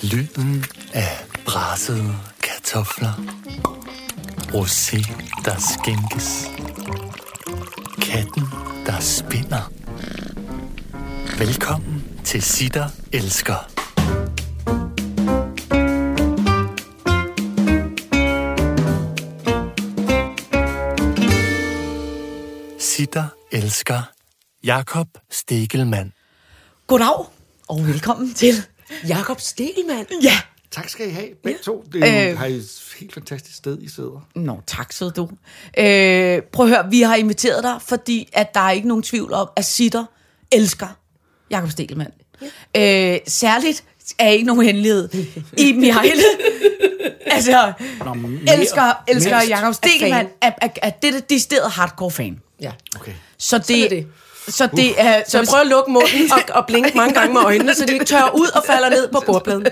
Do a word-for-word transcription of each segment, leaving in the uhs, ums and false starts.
Lyden af brassede kartofler. Rosé, der skænkes. Katten, der spinder. Velkommen til Sitter Elsker. Sitter Elsker. Jakob Stegelmann. Goddag, og velkommen til Jakob Stegelmann. Ja. Tak skal I have, begge to. Det er øh, har I et helt fantastisk sted, I sidder. Nå, tak så du. Øh, prøv at høre, vi har inviteret dig, fordi at der er ikke nogen tvivl om, at Sitter elsker Jakob Stegelmann. Ja. Øh, særligt er ikke nogen hændelighed. Iben Hjejle, altså, Nå, mere, elsker, elsker Jakob Stegelmann, er, er, er det det decideret hardcore fan. Ja, okay. Så det... det. Så, det er, så jeg prøver at lukke munden og, og blinke mange gange med øjnene, så de tørrer ud og falder ned på bordpladen.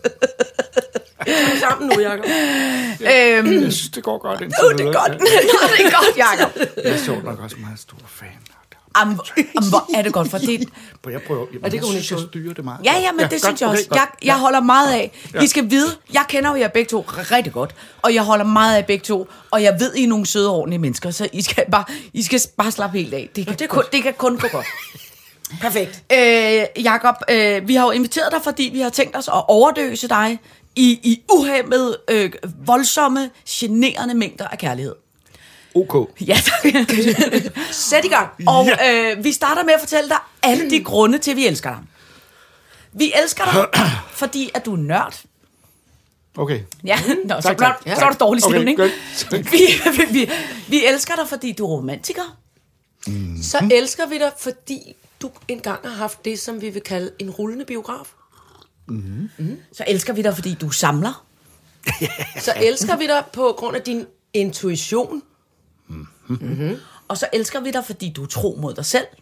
Sammen nu, Jacob. Ja, øhm, jeg synes, det går godt. Nu, det er godt. Det er godt, Jacob. Jeg er sjovt nok også meget stor fan. Am, am, hvor er det godt, for det... Jeg prøver, jeg, jeg, jeg synes, jeg styrer det meget. Ja, ja, men ja, det godt, synes jeg også. Okay, jeg, jeg holder meget af. Ja. I skal vide, jeg kender jo jer begge to rigtig godt, og jeg holder meget af begge to, og jeg ved, I er nogle søde og ordentlige mennesker, så I skal bare, I skal bare slappe helt af. Det kan, det kun, det kan kun gå godt. Perfekt. Øh, Jakob, øh, vi har jo inviteret dig, fordi vi har tænkt os at overdøse dig i, i uhæmmede, øh, voldsomme, generende mængder af kærlighed. Ok. Ja, tak. Sæt i gang. Og øh, vi starter med at fortælle dig alle de grunde til, at vi elsker dig. Vi elsker dig, fordi at du er nørd. Okay. Ja, Nå, tak, så, tak, blot, tak. så er der dårlig stemning. Okay, vi, vi, vi, vi elsker dig, fordi du er romantiker. Mm. Så elsker vi dig, fordi du engang har haft det, som vi vil kalde en rullende biograf. Mm. Mm. Så elsker vi dig, fordi du samler. Så elsker vi dig på grund af din intuition. Mm-hmm. Og så elsker vi dig, fordi du er tro mod dig selv.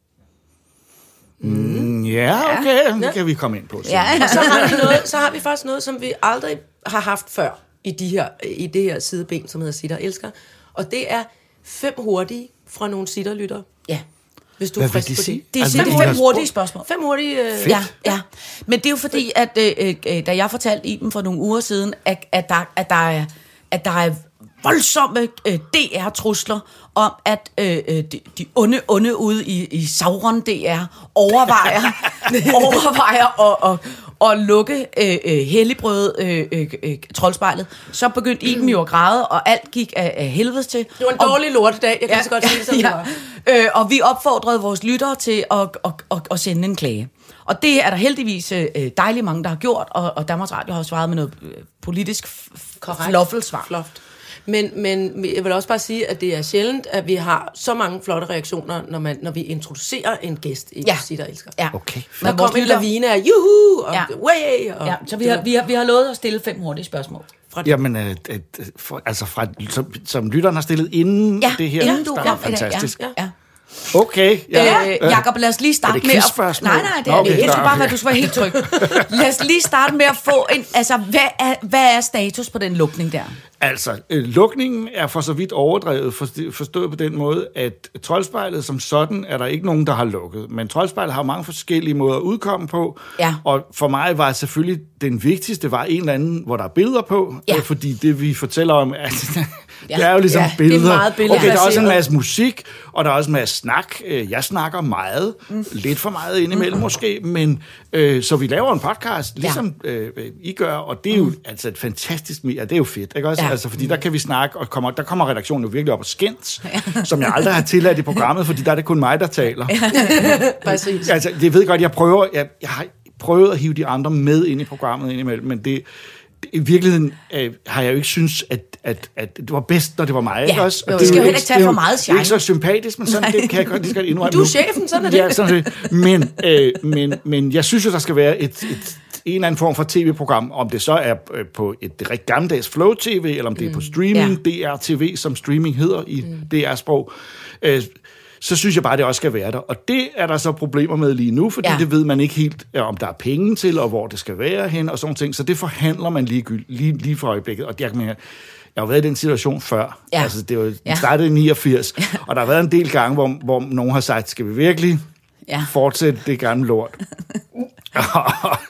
Mm, ja, okay, ja. Det kan vi komme ind på. Ja. Og så har, vi noget, så har vi faktisk noget, som vi aldrig har haft før i, de her, i det her sideben, som hedder Sitter Elsker. Og det er fem hurtige fra nogle sitterlyttere. Ja. Hvis du er frisk på det. Det er altså, fem hurtige, hurtige spørgsmål. Fem hurtige... Øh, ja, ja. Men det er jo fordi, at øh, øh, da jeg fortalte Iben for nogle uger siden, at, at, der, at, der, er, at der er voldsomme øh, D R-trusler om, at øh, de, de onde, onde ude i, i Sauron D R overvejer, overvejer og, og, og lukke øh, øh, helligbrødet øh, øh, øh, troldspejlet. Så begyndte Iben jo at græde, og alt gik af, af helvedes til. Det var en dårlig lortedag, jeg kan ja, så godt sige det, som ja, det var. Øh, og vi opfordrede vores lyttere til at, at, at, at sende en klage. Og det er der heldigvis øh, dejligt mange, der har gjort, og, og Danmarks Radio har svaret med noget øh, politisk f- floffelsvar. Floft. Men, men jeg vil også bare sige, at det er sjældent, at vi har så mange flotte reaktioner, når, man, når vi introducerer en gæst i ja. Sitter Elsker. Ja. Okay. Der kommer en lavine af juhu og ja. way. Og ja. Så vi har, vi, har, vi har lovet at stille fem hurtige spørgsmål. Jamen, øh, øh, for, altså fra, som, som lytteren har stillet inden ja, det her, inden du starter fantastisk. Ja, ja. Okay. Ja. Øh, Jakob, lad os lige starte med at... Nej, nej, det er okay, det. Jeg tror bare, at du skal være helt tryg. Lad os lige starte med at få en... Altså, hvad er, hvad er status på den lukning der? Altså, øh, lukningen er for så vidt overdrevet, forstået på den måde, at troldspejlet som sådan er der ikke nogen, der har lukket. Men troldspejlet har mange forskellige måder at udkomme på. Ja. Og for mig var selvfølgelig den vigtigste, var en eller anden, hvor der er billeder på. Ja. Øh, fordi det, vi fortæller om, at ja. det er jo ligesom ja, billeder. Det er meget billeder. Okay, der er også en masse musik, og der er også en masse snak. Jeg snakker meget. Mm. Lidt for meget indimellem mm. måske. Men øh, så vi laver en podcast, ligesom ja. øh, I gør. Og det er jo mm. altså et fantastisk... Ja, det er jo fedt, ikke også? Ja. Altså, fordi der kan vi snakke, og kommer, der kommer redaktionen jo virkelig op og skændes, ja. som jeg aldrig har tilladt i programmet, fordi der er det kun mig, der taler. Ja. Præcis. Altså, det ved godt, jeg prøver, jeg, jeg har prøvet at hive de andre med ind i programmet indimellem, men det, det i virkeligheden øh, har jeg jo ikke synes, at, at, at det var bedst, når det var mig, ja. ikke også? Jo, det skal jo heller ikke tage for meget shine. Det er ikke så sympatisk, men sådan, det kan jeg godt lige skal indrømme. Du er chefen, sådan er det. Ja, sådan er det. Men, øh, men, men jeg synes jo, der skal være et, et en eller anden form for tv-program, om det så er på et rigtig gammeldags Flow-T V, eller om det er på streaming, ja. D R T V, som streaming hedder i mm. D R-sprog, øh, så synes jeg bare, det også skal være der. Og det er der så problemer med lige nu, fordi ja. det ved man ikke helt, om der er penge til, og hvor det skal være hen, og sådan ting. Så det forhandler man lige, lige, lige for øjeblikket. Og jeg, jeg har været i den situation før. Ja. Altså, det var, ja. startede i niogfirs, og der har været en del gange, hvor, hvor nogen har sagt, skal vi virkelig... Ja. Fortsæt det gamle lort.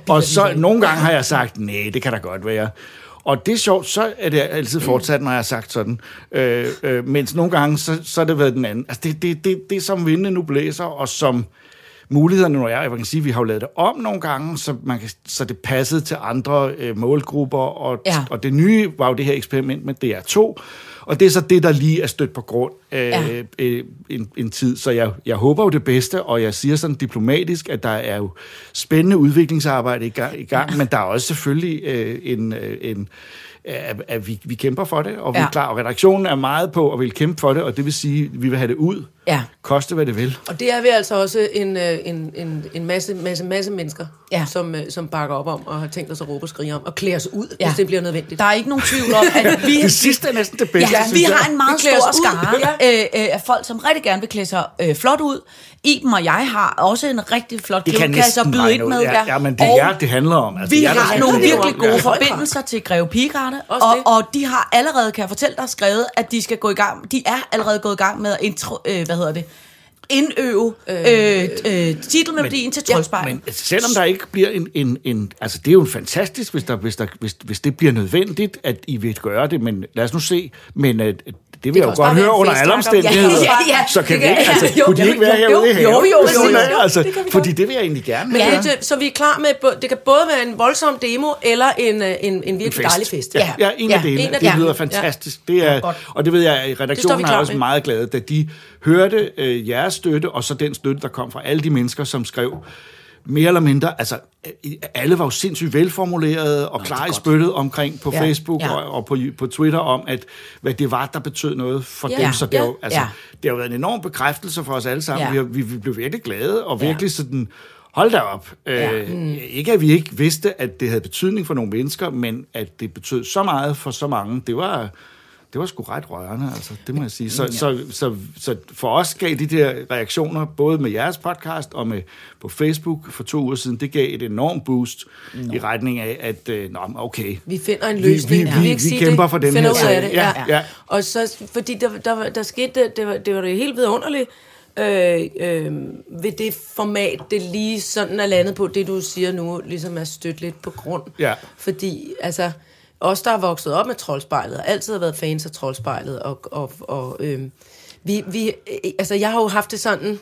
Og så nogle gange har jeg sagt, nej, det kan da godt være. Og det er sjovt, så er det altid fortsat, når jeg har sagt sådan. Øh, øh, mens nogle gange, så, så er det været den anden. Altså, det, det, det, det som vindene nu blæser, og som mulighederne nu er, jeg kan sige, vi har jo lavet det om nogle gange, så, man kan, så det passede til andre øh, målgrupper, og, ja. og det nye var jo det her eksperiment med D R to, og det er så det, der lige er stødt på grund øh, ja. øh, en, en tid. Så jeg, jeg håber jo det bedste, og jeg siger sådan diplomatisk, at der er jo spændende udviklingsarbejde i gang, i gang ja. men der er også selvfølgelig øh, en... Øh, en at, at vi, vi kæmper for det, og vi ja. er klar, og redaktionen er meget på at vil kæmpe for det, og det vil sige, at vi vil have det ud, ja. koste hvad det vil. Og det er vi altså også en, en, en, en masse, masse, masse mennesker, ja. som, som bakker op om, og har tænkt os at råbe og skrige om, og klæde os ud, ja. hvis det bliver nødvendigt. Der er ikke nogen tvivl om, at vi... det sidste er næsten det bedste, ja, vi jeg. har en meget stor skare ja. øh, af folk, som rigtig gerne vil klæde sig øh, flot ud. Iben og jeg har også en rigtig flot klubkasse at byde ind med. Ja, ja, men det er jer, det handler om. Altså, vi har, har nogle virkelig gode ja. forbindelser til Greve Pigegarde, og, og de har allerede, kan jeg fortælle dig, skrevet, at de skal gå i gang. De er allerede gået i gang med at intro, øh, hvad hedder det, indøve øh, øh, titelmelodien til Troldspejlet. Ja, men selvom der ikke bliver en, en, en... Altså, det er jo fantastisk, hvis, der, hvis, der, hvis, hvis det bliver nødvendigt, at I vil gøre det, men lad os nu se. Men uh, det vil det jeg jo godt høre under alle omstændigheder. Ja, ja, ja. Så kan vi ikke... Altså, jo, kunne de ikke være herude i haven? Jo, jo, jo, jo, jo. Altså, det fordi det vil jeg egentlig gerne. Men ja. det, så vi er klar med... Det kan både være en voldsom demo, eller en, en, en virkelig en dejlig fest. Ja, ja en af ja, delene. Det lyder fantastisk. Det er, og det ved jeg, redaktionen er også meget glade, da de hørte øh, jeres støtte, og så den støtte, der kom fra alle de mennesker, som skrev mere eller mindre, altså alle var jo sindssygt velformulerede og klar i spyttet omkring på ja, Facebook ja. Og, og på, på Twitter om, at hvad det var, der betød noget for ja, dem. Så det, ja, jo, altså, ja. det har jo været en enorm bekræftelse for os alle sammen. Ja. Vi, vi blev virkelig glade, og virkelig ja. sådan, hold da op. Ja. Øh, mm. Ikke at vi ikke vidste, at det havde betydning for nogle mennesker, men at det betød så meget for så mange, det var... Det var sgu ret rørende, altså, det må jeg sige. Så, ja. så, så, så for os gav de der reaktioner, både med jeres podcast og med på Facebook for to uger siden, det gav et enormt boost no. i retning af, at, øh, nå, okay. Vi finder en løsning. Vi, vi, vi, vi kæmper det, for den her sag. Det. Ja, ja. Ja. Og så, fordi der, der, der skete, det var det, var det helt vidunderligt, øh, øh, ved det format, det lige sådan er landet på, det du siger nu, ligesom er stødt lidt på grund. Ja. Fordi, altså... Os, der er vokset op med Troldspejlet, og altid har været fans af Troldspejlet, og, og, og øh, vi, vi, altså jeg har jo haft det sådan,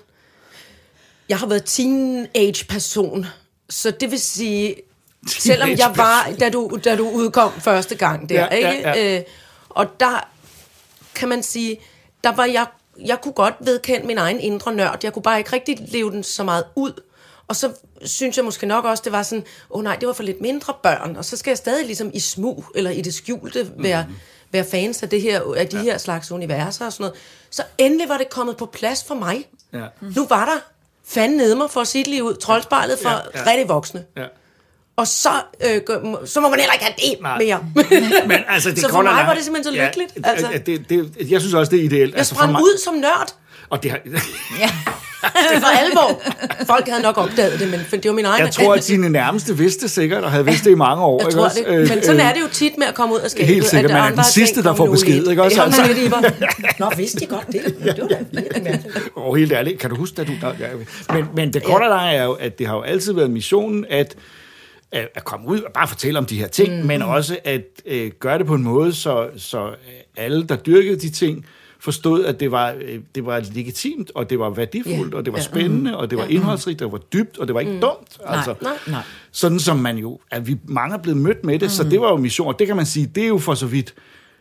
jeg har været teenage-person, så det vil sige, selvom jeg var, da du, da du udkom første gang der, ja, ikke? Ja, ja. Øh, og der kan man sige, der var jeg, jeg kunne godt vedkende min egen indre nørd, jeg kunne bare ikke rigtig leve den så meget ud. Og så synes jeg måske nok også, det var sådan, åh oh nej, det var for lidt mindre børn, og så skal jeg stadig ligesom i smug, eller i det skjulte, være, mm. være fans af, det her, af de ja. her slags universer og sådan noget. Så endelig var det kommet på plads for mig. Ja. Mm. Nu var der fanden nede mig for at sige det lige ud, Troldspejlet for ja, ja. rigtig voksne. Ja. Og så, øh, så må man heller ikke have det Nej. mere. Men, altså, det så for mig var det simpelthen så ja, lykkeligt. Altså. Det, det, jeg synes også, det er ideelt. Jeg altså, sprang mig... ud som nørd. Og det har... ja. Det var alvor. Folk havde nok opdaget det, men det var min egen... Jeg tror, at dine nærmeste vidste sikkert, og havde vidst det i mange år. Jeg tror det. Men sådan er det jo tit med at komme ud af skabet. Helt sikkert, man er den sidste, der får besked, ikke også? Altså. Nå, vidste de godt det? Det var da virkelig. Og helt ærligt, kan du huske, at du... Men, men det korte der er jo, at det har jo altid været missionen, at at komme ud og bare fortælle om de her ting, mm. men også at øh, gøre det på en måde, så, så alle, der dyrkede de ting, forstod, at det var, det var legitimt, og det var værdifuldt, yeah. og det var spændende, yeah. og det var indholdsrigt, og det var dybt, og det var ikke mm. dumt. Altså, nej, nej. Sådan som man jo, at vi mange er blevet mødt med det, mm. så det var jo mission, og det kan man sige, det er jo for så vidt,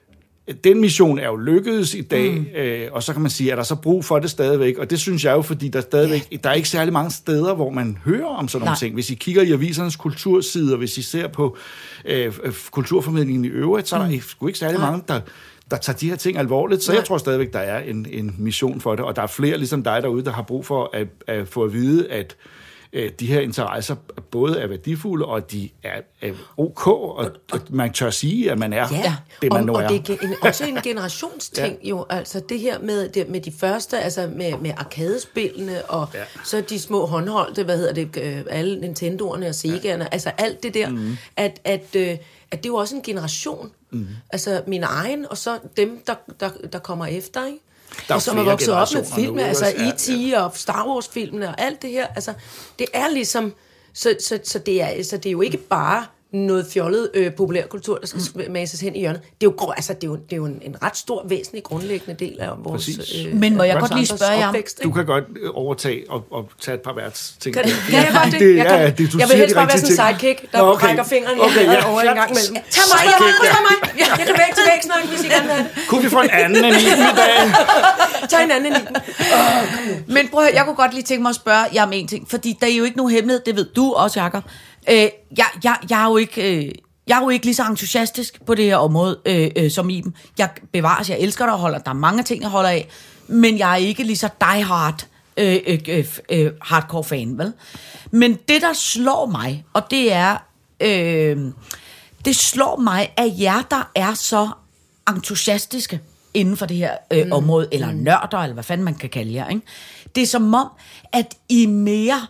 den mission er jo lykkedes i dag, mm. øh, og så kan man sige, er der så brug for det stadigvæk, og det synes jeg jo, fordi der stadigvæk, yeah. der er ikke særlig mange steder, hvor man hører om sådan nogle Nej. ting. Hvis I kigger i avisernes kultursider, hvis I ser på øh, kulturformidlingen i øvrigt, så er der mm. sgu ikke særlig Nej. mange, der der tager de her ting alvorligt, så Nej. jeg tror stadigvæk, der er en, en mission for det, og der er flere ligesom dig derude, der har brug for at, at få at vide, at øh, de her interesser både er værdifulde, og de er, er ok, og, og, og man tør sige, at man er ja. det, man og, nu er. Og det er en, også en generationsting ja. jo, altså det her med, det, med de første, altså med, med arkadespillene, og ja. så de små håndholdte, hvad hedder det, øh, alle Nintendo'erne og Sega'erne, ja. altså alt det der, mm. at, at, øh, at det er jo også en generation, mm. altså min egen, og så dem, der, der, der kommer efter, ikke? Der og som er vokset op med film, altså E T ja, ja. og Star Wars-filmene og alt det her, altså det er ligesom, Så, så, så, det er, så det er jo ikke bare noget fjollet øh, populærkultur, der skal mm. mases hen i hjørnet. Det er jo, altså, det er jo, det er jo en, en ret stor, væsentlig, grundlæggende del af vores øh, Men må jeg godt lige spørge jer? Du kan godt overtage og, og tage et par værts ting. Kan, kan jeg godt det? det, jeg, kan, ja, det du jeg vil helst bare være sådan en sidekick, der Nå, okay. rækker fingeren okay, ja, over en gang imellem. Tag mig, tag mig! Ja, jeg kan væk til væk snakke, hvis I gerne vil have det. Kunne vi få en anden end i i dag? Tag en anden end i oh, Men prøv at høre, jeg kunne godt lige tænke mig at spørge jer om en ting, fordi der er jo ikke nogen hemmelighed, det ved du også, Jakob. Øh, jeg, jeg, jeg, er jo ikke, øh, jeg er jo ikke lige så entusiastisk på det her område øh, øh, som Iben. Jeg bevares, jeg elsker dig og holder. Der er mange ting, jeg holder af. Men jeg er ikke lige så die-hard øh, øh, øh, hardcore fan, vel? Men det, der slår mig, og det er... Øh, det slår mig, at jer, der er så entusiastiske inden for det her øh, mm. område, eller nørder, eller hvad fanden man kan kalde jer, ikke? Det er som om, at I er mere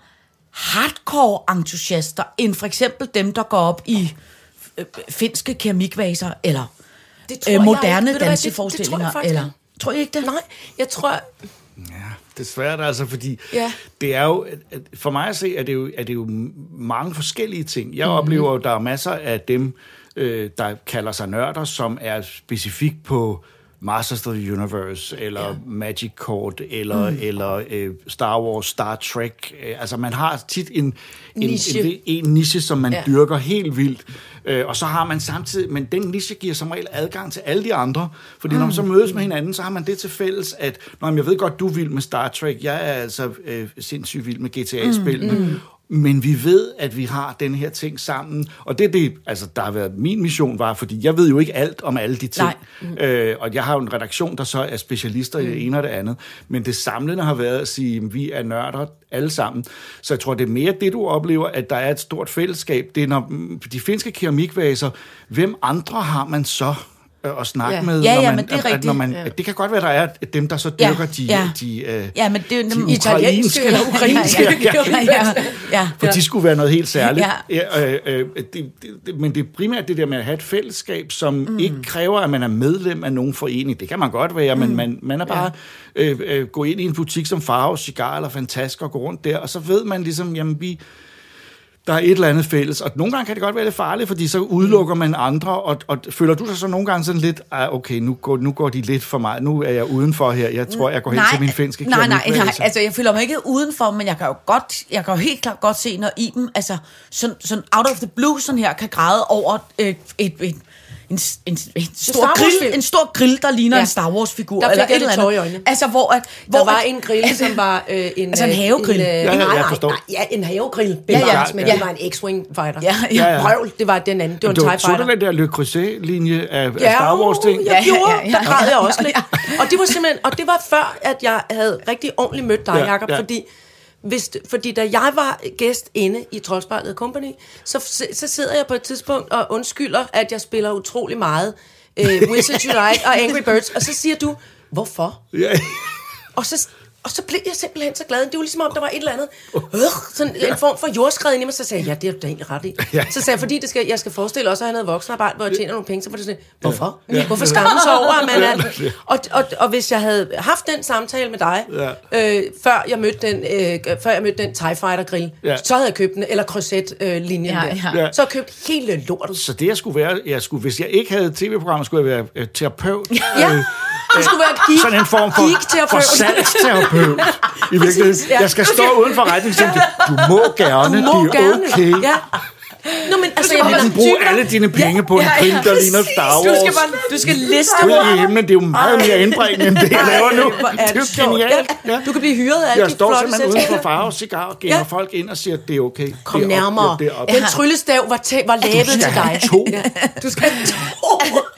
hardcore entusiaster, end for eksempel dem, der går op i øh, finske keramikvaser, eller øh, moderne jeg, danseforestillinger, det, det tror eller... Tror I ikke det? Nej, jeg tror... Ja, det er svært altså, fordi ja. det er jo... For mig at se, er det jo, er det jo mange forskellige ting. Jeg mm-hmm. oplever jo, der er masser af dem, øh, der kalder sig nørder, som er specifikt på Masters of the Universe, eller ja. Magic Court, eller, mm. eller øh, Star Wars, Star Trek. Altså, man har tit en, en, niche. en, en niche, som man ja. dyrker helt vildt. Øh, og så har man samtidig... Men den niche giver som regel adgang til alle de andre. Fordi mm. når man så mødes med hinanden, så har man det til fælles, at... Nå, jeg ved godt, du er vild med Star Trek. Jeg er altså øh, sindssygt vild med G T A-spillene. Mm. Mm. Men vi ved, at vi har den her ting sammen, og det er det, altså der har været min mission var, fordi jeg ved jo ikke alt om alle de ting, mm. øh, og jeg har jo en redaktion, der så er specialister mm. i det ene og det andet, men det samlende har været at sige, at vi er nørder alle sammen, så jeg tror, det er mere det, du oplever, at der er et stort fællesskab. Det er, når de finske keramikvaser, hvem andre har man så at snakke ja. med, ja, ja, når man, men det er at, rigtigt. Når man, ja. Det kan godt være, der er dem, der så dyrker ja. de, ja. de, øh, ja, men det er de italienske eller ukrainske. ja, ja, ja, ja. ja. For de skulle være noget helt særligt. Ja. Ja, øh, øh, det, det, men det er primært det der med at have et fællesskab, som mm. ikke kræver, at man er medlem af nogen forening. Det kan man godt være, mm. men man, man er bare ja. øh, øh, gå ind i en butik som Farve, Cigar eller Fantask og gå rundt der, og så ved man ligesom, jamen vi... Der er et eller andet fælles, og nogle gange kan det godt være lidt farligt, fordi så udelukker man andre, og, og føler du dig så nogle gange sådan lidt, ah, okay, nu går, nu går de lidt for meget, nu er jeg udenfor her, jeg tror, jeg går hen nej, til min finske nej, nej, nej, altså jeg føler mig ikke udenfor, men jeg kan jo godt, jeg kan jo helt klart godt se, når Iben, altså sådan, sådan out of the blue, sådan her, kan græde over et, et, et En, en, en, stor grill, en stor grill, der ligner ja. en Star Wars-figur. Der fik eller jeg et det eller tår i øjnene. Altså, hvor, at, hvor der var at, en grill, som var øh, en... Altså en havegrill. En, øh, ja, ja, nej, jeg forstår. nej, ja, en havegrill. Ja, ja, men ja. det var en X-Wing fighter. Ja, ja. ja, ja. Brøvl, det var den anden. Det var en TIE fighter. Så du den der Le Creuset-linje af, ja, af Star Wars-ting? Ja, jeg gjorde. Ja, ja, ja. Der græd jeg også lidt. Og det var simpelthen... Og det var før, at jeg havde rigtig ordentligt mødt dig, ja, Jacob, ja. fordi... Hvis, fordi da jeg var gæst inde i Troldspejlet Company, så, så sidder jeg på et tidspunkt og undskylder, at jeg spiller utrolig meget uh, Wizards Unite og Angry Birds, og så siger du, hvorfor? Yeah. Og så... Og så blev jeg simpelthen så glad. Det var ligesom om, der var et eller andet, øh, sådan en form for jordskred i mig. Så sagde jeg, ja, det er du egentlig ret i. Ja. Så sagde jeg, fordi det skal, jeg skal forestille også at have noget voksenarbejde, hvor jeg tjener nogle penge, så var det sådan, hvorfor? Ja. Hvorfor skamme sig over, at man er... Og, og, og hvis jeg havde haft den samtale med dig, ja. øh, før jeg mødte den, øh, før jeg mødte den TIE Fighter grill, ja. så havde jeg købt den, eller Creuset-linjen øh, ja, der. Ja. Så jeg købt hele lortet. Så det jeg skulle være, jeg skulle, hvis jeg ikke havde tv-programmer, skulle jeg være øh, terapeut. Ja. Øh, Det skulle være geek, sådan en form for, for salgsterapeut. I virkeligheden. Ja. Jeg skal stå uden for retningslinjen. Du må gerne, du må det er gerne. Okay. Ja. Nå, men altså, jeg kan bruge alle dine penge ja, på en grill, ja, ja, der ligner Star Wars. Du skal, bare, du skal liste ud i himlen. Det er jo meget mere indbringende, end det, jeg laver nu. Det er jo genialt. Ja. Du kan blive hyret af jeg de flotte Jeg står simpelthen uden for Farve, Cigar og gamer ja. folk ind og siger, at det er okay. Kom det er nærmere. Op, det er den tryllestav var, tæ- var lavet til dig. To. Ja. Du skal to.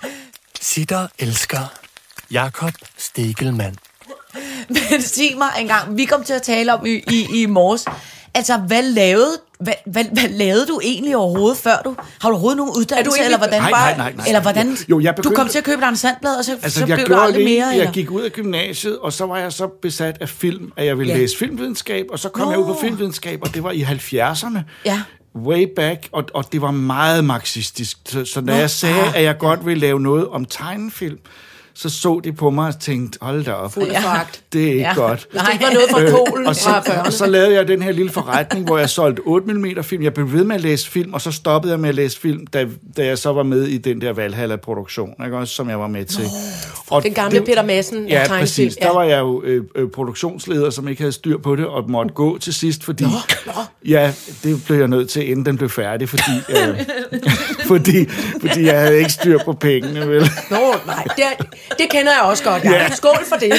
Sitter elsker Jakob Stegelmann. Men sig mig engang, vi kom til at tale om i, i, i morges, altså hvad lavede, hvad, hvad, hvad lavede du egentlig overhovedet før du? Har du overhovedet nogen uddannelse, eller hvordan nej, bare, nej, nej, nej. eller hvordan, jo, jeg begyndte, du kom til at købe dig en sandblad, og så, altså, så jeg blev du aldrig det, mere? Jeg eller? gik ud af gymnasiet, og så var jeg så besat af film, at jeg ville ja. læse filmvidenskab, og så kom Nå. jeg ud på filmvidenskab, og det var i halvfjerdserne. Ja. Way back, og, og det var meget marxistisk. Så, så da Nå, jeg sagde, ah, at jeg godt ville lave noget om tegnefilm, så så de på mig og tænkte, hold da op, Fuld af foragt. det er ikke Ja. godt. Hvis det ikke var noget fra Polen Og fra så, fyrrerne. og så lavede jeg den her lille forretning, hvor jeg solgte otte millimeter film. Jeg blev ved med at læse film, og så stoppede jeg med at læse film, da, da jeg så var med i den der Valhalla-produktion, ikke? Også, som jeg var med til. Og Den gamle det, Peter Madsen Ja, tegnefilm. præcis. Der var jeg jo øh, øh, produktionsleder, som ikke havde styr på det, og måtte gå til sidst, fordi... Nå, nå. Ja, det blev jeg nødt til, inden den blev færdig, fordi, øh, fordi, fordi jeg havde ikke styr på pengene, vel? Nå, nej, det, det kender jeg også godt. Ja. Ja. Skål for det.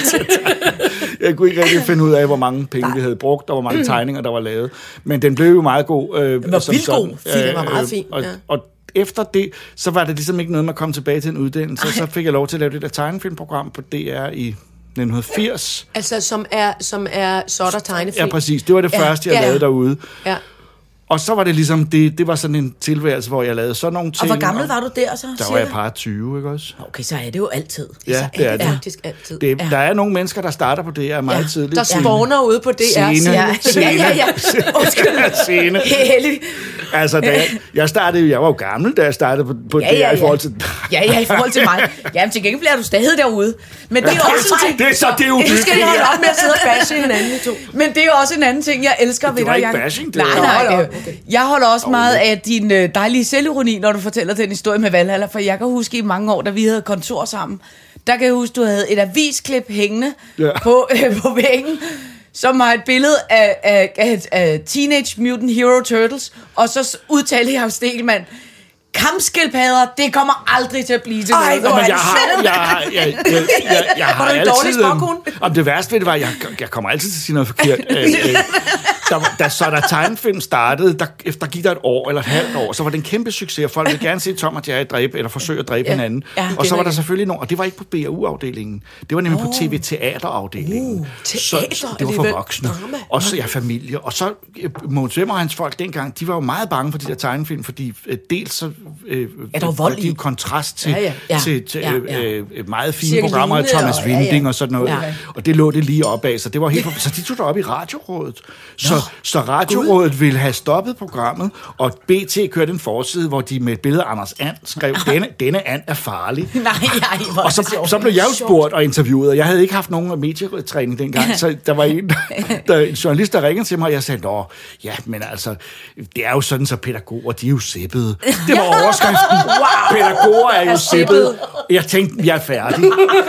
Jeg kunne ikke rigtig finde ud af, hvor mange penge vi havde brugt, og hvor mange tegninger, der var lavet. Men den blev jo meget god. Øh, Den var som vildt god. sådan. Den var meget Øh, fin, Og, ja. og efter det, så var det ligesom ikke noget med at komme tilbage til en uddannelse. Så fik jeg lov til at lave det der tegnefilmprogram på D R i nitten firs. Altså, som er, som er Sotter tegnefilm. Ja, præcis. Det var det Ja, første, jeg ja, ja. lavede derude. Ja. Og så var det ligesom, det, det var sådan en tilværelse, hvor jeg lavede sådan nogle ting. Og hvor gammel var du der så? Der cirka? var jeg par tyve, ikke også? Okay, så er det jo altid. Ja, Så det er det det. faktisk altid. det der er nogle mennesker, der starter på det her meget Ja, tidligt. der spawner ude på D R. Scene. Ja, ja, ja. ja. Undskyld. Scene. Heldig. Altså, da jeg, jeg startede, jeg var jo gammel, da jeg startede på, på Ja, det ja, her i ja. forhold til... Ja, ja, i forhold til mig. Jamen, til gengæld bliver du stadig derude. Men det er jo også en ting... Det er så det er jo Nu skal I holde op med at sidde og bashe hinanden i to. Men det er jo også en anden ting, jeg elsker ved dig. var ikke Jacob. bashing, det Nej, var- nej, Hold det op, er- okay. Jeg holder også meget af din øh, dejlige selvironi, når du fortæller den historie med Valhalla, for jeg kan huske i mange år, da vi havde kontor sammen, der kan jeg huske, du havde et avisklip hængende Ja. på, øh, på væggen, som var et billede af, af, af, af Teenage Mutant Hero Turtles, og så udtalte jeg Stegelmann, kampskildpadder, det kommer aldrig til at blive til Ej, noget. hvor Nå, er men det jeg har, sjovt. jeg, har- jeg, jeg, jeg, jeg har Var du en altid... dårlig spåkone? øhm, Om det værste ved det var, jeg, jeg kommer altid til at sige noget forkert. Øh, øh, der, da så der tegnefilm startede, der, efter gik der et år eller et halvt år, så var det en kæmpe succes, og folk ville gerne se Tom og Jerry dræbe, eller forsøge at dræbe Ja. hinanden. Ja. Og så var der igen. selvfølgelig nogen, og det var ikke på B R U-afdelingen, det var nemlig på T V-teaterafdelingen. Uh, så, teater så det var for alligevel. voksne. Drama. Og så ja, familie. Og så øh, Mogens Wimmer og hans folk dengang, de var jo meget bange for de der tegnefilm, fordi øh, dels så... Øh, Er der vold de er jo i? kontrast til, Ja, ja. Ja. til, til Ja, øh, ja. øh, meget fine Cirkeline programmer af Thomas og- Winding ja, ja. og sådan noget. Ja. Og det lå det lige op af, så det var helt så de tog det op i Radiorådet. Så, så Radiorådet ville have stoppet programmet, og B T kørte en forside, hvor de med et billede af Anders And skrev, denne, denne and er farlig. Nej, nej, hvor Og så, så blev jeg jo spurgt og interviewet, og jeg havde ikke haft nogen medietræning dengang, så der var en, der, en journalist, der ringede til mig, og jeg sagde, nå, ja, men altså, det er jo sådan, så pædagoger, de er jo sippede. Det var overskriften. Wow. Pædagoger er jo Er sippede. sippede. Jeg tænkte, jeg er færdig.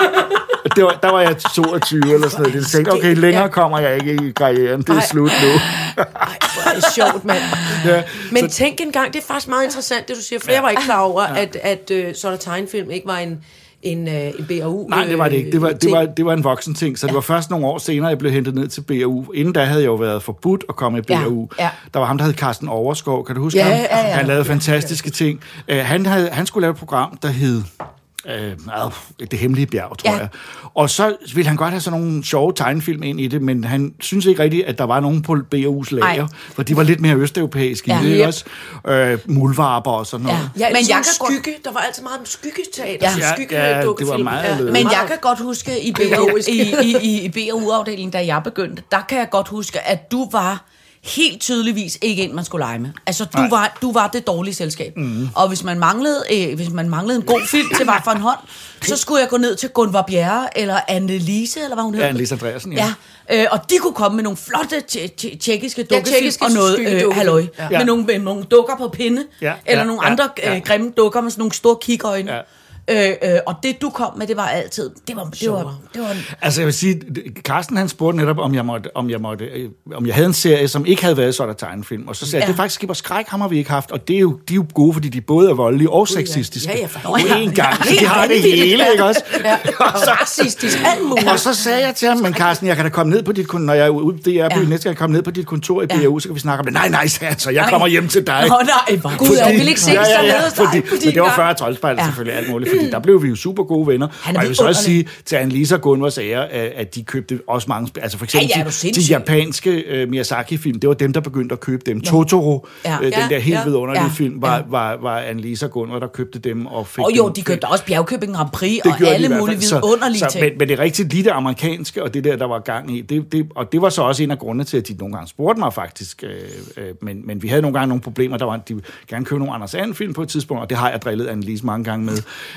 Det var, der var jeg toogtyve eller sådan noget. Jeg tænkte, okay, længere kommer jeg ikke i karrieren. Det er Ej. slut nu. Ej, hvor er det sjovt, mand. Ja, Men tænk engang, det er faktisk meget interessant, det du siger, for jeg var ikke klar over, at, at uh, sådan tegnefilm ikke var en, en, uh, en B R U. Nej, det var det ikke. Det var, det var, det var en voksen ting, så det var først nogle år senere, jeg blev hentet ned til B R U. Inden da havde jeg jo været forbudt at komme i B R U. Ja, ja. Der var ham, der hed Carsten Overskov. Kan du huske Ja, ham? ja, ja. Han lavede fantastiske ting. Uh, han, havde, han skulle lave et program, der hed... Øh, det hemmelige bjerg, tror Ja. jeg. Og så ville han godt have sådan nogle sjove tegnefilm ind i det, men han synes ikke rigtigt, at der var nogen på B R U's lager, Ej. for de var lidt mere østeuropæiske Ja. i det, ikke Yep. også? Øh, mulvarper og sådan noget. Ja. Ja, Men men jeg jeg kan godt- skygge, der var altid meget om skyggeteater, Ja. ja. Ja, skygge ja, det var dukkefilm. meget lød. Men jeg kan godt huske, i B R U, i, i, i B R U-afdelingen, da jeg begyndte, der kan jeg godt huske, at du var helt tydeligvis ikke en, man skulle lege med. Altså, du, var, du var det dårlige selskab. Mm. Og hvis man, manglede, øh, hvis man manglede en god film til hvad for en hånd, så skulle jeg gå ned til Gunvar Bjerre, eller Anne-Lise, eller hvad hun hed. Ja, Annelise Andreasen, ja. Ja, øh, og de kunne komme med nogle flotte tje- tje- tjekkiske dukkefilm tjekkiske og noget øh, skyggedukkefilm. halløj. Ja. Med, nogle, med nogle dukker på pinde, Ja, eller ja, nogle ja, andre ja. øh, grimme dukker med sådan nogle store kigøjne. Ja. Øh, øh, og det, du kom med, det var altid... Det var, det var, det var en, Altså, jeg vil sige, Carsten han spurgte netop, om jeg, måtte, om, jeg måtte, øh, om jeg havde en serie, som ikke havde været sådan en tegnefilm. Og så sagde jeg, Ja. det er faktisk Skib og Skræk, ham har vi ikke haft. Og det er jo, de er jo gode, fordi de både er voldelige og sexistiske. Ja, ja, for på helvede. én gang. Så de Helt har det vanvittigt. hele, ikke også? Ja. Og racistisk, alt muligt. Og så sagde jeg til ham, men Carsten, jeg kan da komme ned på dit kontor, når jeg er ude, det er Ja. ja. næste gang, komme ned på dit kontor i B R U, så kan vi snakke om det. Nej, nej, sagde han, så jeg Nej. kommer hjem til dig. Nå, nej, hvor Gud, jeg vil ikke se ja, ja, ja, nede hos dig fordi, på din men det var gang. før Troldspejlet Ja. selvfølgelig alt muligt, fordi der blev vi jo super gode venner. Han er Og jeg vil så også vidunderlig. sige til Annelise og Gunvors ære, at at de købte også mange, sp- altså for eksempel Ja, ja, er du de, de sindssyg? japanske uh, Miyazaki-film, det var dem, der begyndte at købe dem. Totoro, Ja. øh, den Ja, der helt ja. vidunderlige Ja. film, var, Ja. var, var Annelise og Gunvor, der købte dem og fik og jo, dem. de købte også Bjergkøbing Grand Prix Det og gjorde de i alle hvert mulige fald. Så- vidunderlige så, ting. Men, men det er rigtigt lige det amerikanske, og det der, der var gang i. Det, det, og det var så også en af grundene til, at de nogle gange spurgte mig faktisk. Øh, øh, men, men vi havde nogle gange nogle problemer. Der var, de ville gerne købe nogle Anders And-film på et tidspunkt, og det har jeg drillet Annelise mange gange med.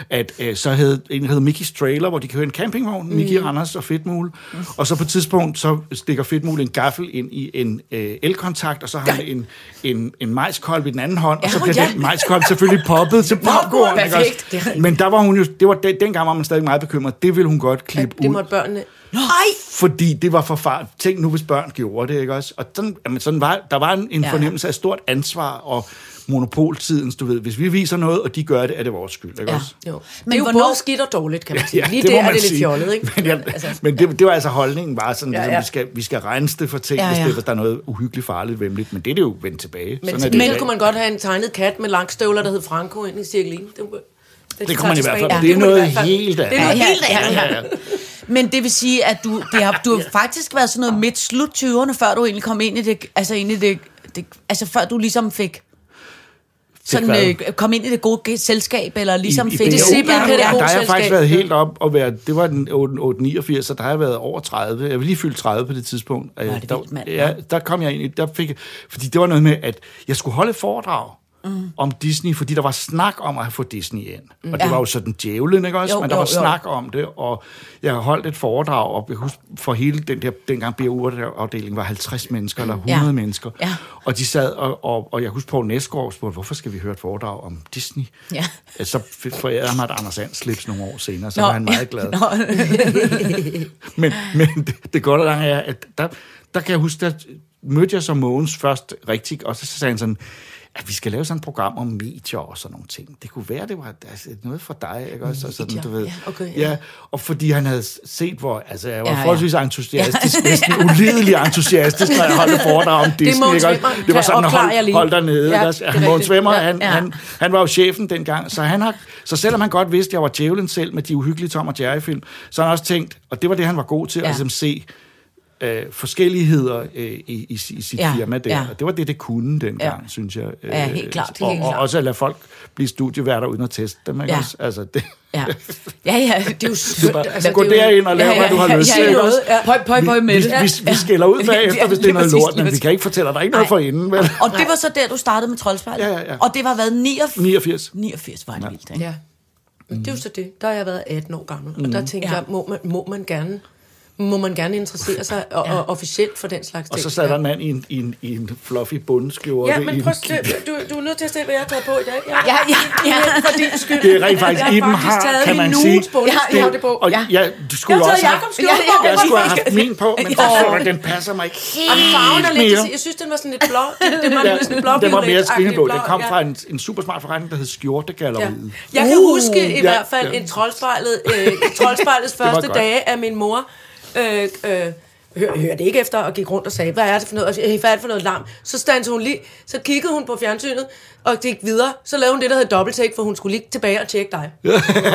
at øh, så havde en, der hed Mickey's Trailer, hvor de kørte en campingvogn, mm. Mickey, Anders og Fedtmule, mm. og så på et tidspunkt, så stikker Fedtmule en gaffel ind i en øh, elkontakt, og så har han en, en, en majskolb i den anden hånd, ja, og så bliver ja. den majskolb selvfølgelig poppet til popcorn. Perfekt. Men der var hun jo, det var den, dengang var man stadig meget bekymret, det ville hun godt klippe ud. Det måtte børnene... Nej! Fordi det var for far. Tænk nu, hvis børn gjorde det, ikke også? Og sådan, jamen, sådan var, der var en, en ja. fornemmelse af stort ansvar og monopoltidens, du ved. Hvis vi viser noget, og de gør det, er det vores skyld, ikke ja. også? Jo. Men det er jo hvornår... både skidt og dårligt, kan man sige. Ja, lige det der er det sige. lidt fjollet, ikke? Men, ja, altså. men det, det var altså holdningen, var sådan, ja, ja. Ligesom, vi, skal, vi skal rense det for ting, ja, ja. hvis det, der er noget uhyggeligt, farligt, vemmeligt. Men det er det jo vendt tilbage. Men til gengæld kunne man godt have en tegnet kat med langstøvler, der hed Franco ind i cirkel en. Det, det, det kunne man i hvert fald. Ja. Det er noget helt andet. Det er noget helt andet. Ja, ja, ja. Men det vil sige, at du, det har, du har faktisk været sådan noget midt slut tyverne, før du egentlig kom ind i det, altså ind i det, det altså før du ligesom fik sådan øh, kom ind i det gode selskab, eller ligesom I, fik i det simpelthen ja, der har jeg faktisk været helt op og været, det var den otte niogfirs, så der har jeg været over tredive. Jeg var lige fyldt tredive på det tidspunkt. Nå, det der, vildt, mand. Ja, der kom jeg ind i, der fik, fordi det var noget med, at jeg skulle holde et foredrag. Mm. om Disney, fordi der var snak om at få Disney ind. Mm. Og det ja. var jo sådan djævlen, ikke også? Jo, men der jo, var snak jo. om det, og jeg har holdt et foredrag, og jeg husker, for hele den der, dengang B U-afdelingen var halvtreds mennesker, eller hundrede ja. mennesker. Ja. Og de sad, og, og, og jeg husker på Næsgaard spurgte, hvorfor skal vi høre et foredrag om Disney? Ja. Så forærede jeg mig et Anders And slips nogle år senere, så Nå. var han meget glad. men men det, det godt og langt er, at der, der kan jeg huske, der mødte jeg så Mogens først rigtig, og så sagde han sådan, at vi skal lave sådan et program om medier og sådan nogle ting. Det kunne være, det var altså, noget for dig, ikke også? Og sådan, du ved. Ja, okay, ja. ja, og fordi han havde set, hvor altså, jeg var ja, forholdsvis ja. entusiastisk, ja. næsten ulidelig entusiastisk, når jeg holdt foredrag om Disney, det ikke også? Det var sådan, hold, hold dernede. Ja, ja, Mogens Svemmer, han, ja. han, han var jo chefen dengang, så, han har, så selvom han godt vidste, at jeg var djævlen selv med de uhyggelige Tom og Jerry-film, så har han også tænkt, og det var det, han var god til, ja. at ligesom se Øh, forskelligheder øh, i, i, i sit ja, firma der. Ja. Og det var det, det kunne dengang, ja. synes jeg. Øh, ja, helt klart. Og, helt og klart. også at lade folk blive studieværter uden at teste dem. Ikke? Ja. Altså, det. Ja. ja, ja, det er jo sødt. Altså, gå derind og lave, ja, ja, hvad du har lyst til. Ja, ja, ja. Pøj, pøj, pøj med vi, det. Vi, vi, vi skælder ud bagefter, hvis det er noget lort, men vi kan ikke fortælle, at der er ikke noget for inden. Vel? Og det var så der, du startede med Troldspejlet? Ja, ja, ja. Og det var hvad, niogfirs? niogfirs var det ja. vildt, ikke? Ja. Det er jo så det. Der har jeg været atten år gammel, og der tænkte ja. jeg, må man, må man gerne... må man gerne interessere sig og, ja. og officielt for den slags ting. Og så sad der en mand i en, i en, i en fluffy bundeskjorte. Ja, men prøv at du, du er nødt til at se, hvad jeg tager på i dag. Ja, ja, ja. ja. For din skyld. Det er rent faktisk, Iben har, kan man sige. Jeg har det på. Og jeg, du skulle også have, jeg skulle have haft min på, men for, den passer mig ikke helt mere. Jeg synes, den var sådan lidt blå. Det var sådan lidt blå. Den var mere skrineblå. Det kom fra en, en super smart forretning, der hed Skjortegalleriet. Jeg kan huske i hvert fald en Troldspejlets første dage af min mor. Øh, øh, hør, hørte ikke efter og gik rundt og sagde, hvad er det for noget, hvad er det for noget larm? Så standede hun lige, så kiggede hun på fjernsynet og gik videre. Så lavede hun det, der hed dobbelttake, for hun skulle lige tilbage og tjekke dig. Nå,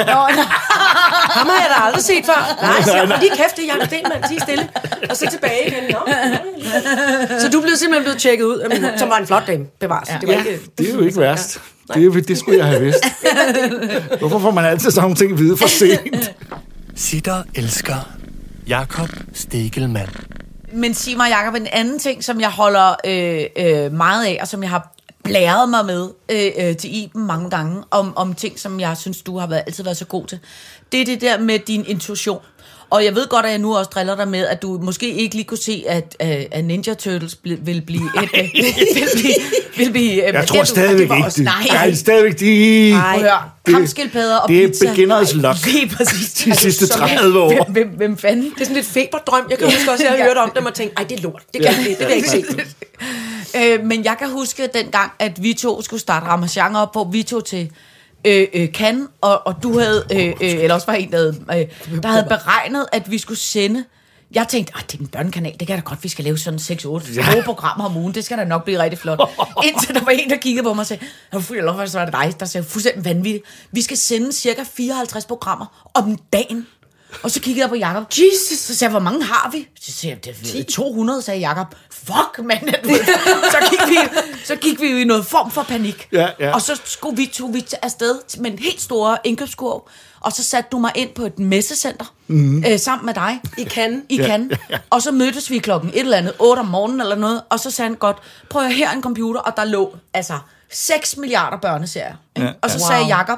ham har jeg da aldrig set før. Nej, så jeg lige kæft, det er Jacob Stenmann, tig stille. Og så tilbage igen. Nå. Så du blev simpelthen blevet tjekket ud, men, som var en flot dame, bevares. Ja, det, var ja, ikke, det er jo ikke værst. Det, det skulle jeg have vidst. Hvorfor får man altid sådan nogle ting at vide for sent? Sitter elsker Jacob Stegelmann. Men sig mig, Jacob, en anden ting, som jeg holder øh, øh, meget af, og som jeg har blæret mig med øh, øh, til Iben mange gange, om, om ting, som jeg synes, du har været, altid været så god til, det er det der med din intuition. Og jeg ved godt, at jeg nu også driller dig med, at du måske ikke lige kunne se, at, at Ninja Turtles vil blive... Et, vil blive, vil blive jeg tror stadigvæk ikke det. Nej, jeg er stadigvæk de... Nej, hør. Kampskildpadder og det pizza. Det er beginner's luck. Lige præcis. De sidste tredive år. Hvem, hvem, hvem fanden? Det er sådan lidt feberdrøm. Jeg kan huske også, at jeg har hørt om dem og tænkt, ej, det er lort. Det kan jeg, det vil jeg ikke se. øh, men jeg kan huske dengang, at vi to skulle starte Ramachan op, hvor vi to til... Øh, øh, Cannes, og, og du havde, øh, øh, eller også var en, der havde, øh, der havde beregnet, at vi skulle sende. Jeg tænkte, det er en børnekanal, det kan da godt, vi skal lave sådan seks otte ja. programmer om ugen, det skal da nok blive rigtig flot. Indtil der var en, der kiggede på mig og sagde, så var det dig, der sagde, fuldstændig vanvittigt. Vi skal sende cirka fireoghalvtreds programmer om dagen. Og så kiggede jeg på Jacob. Jesus! Så sagde jeg, hvor mange har vi? Så sagde jeg, det er to hundrede, sagde Jacob. Fuck, mand! så, gik vi, så gik vi jo i noget form for panik. Ja, ja. Og så skulle vi, tog vi afsted med en helt store indkøbskurv. Og så satte du mig ind på et messecenter mm. øh, sammen med dig. I Cannes. I Cannes. Ja, ja. Og så mødtes vi klokken et eller andet, otte om morgenen eller noget. Og så sagde han godt, prøv at her en computer. Og der lå altså seks milliarder børneserier. Ja, og så wow. sagde Jacob,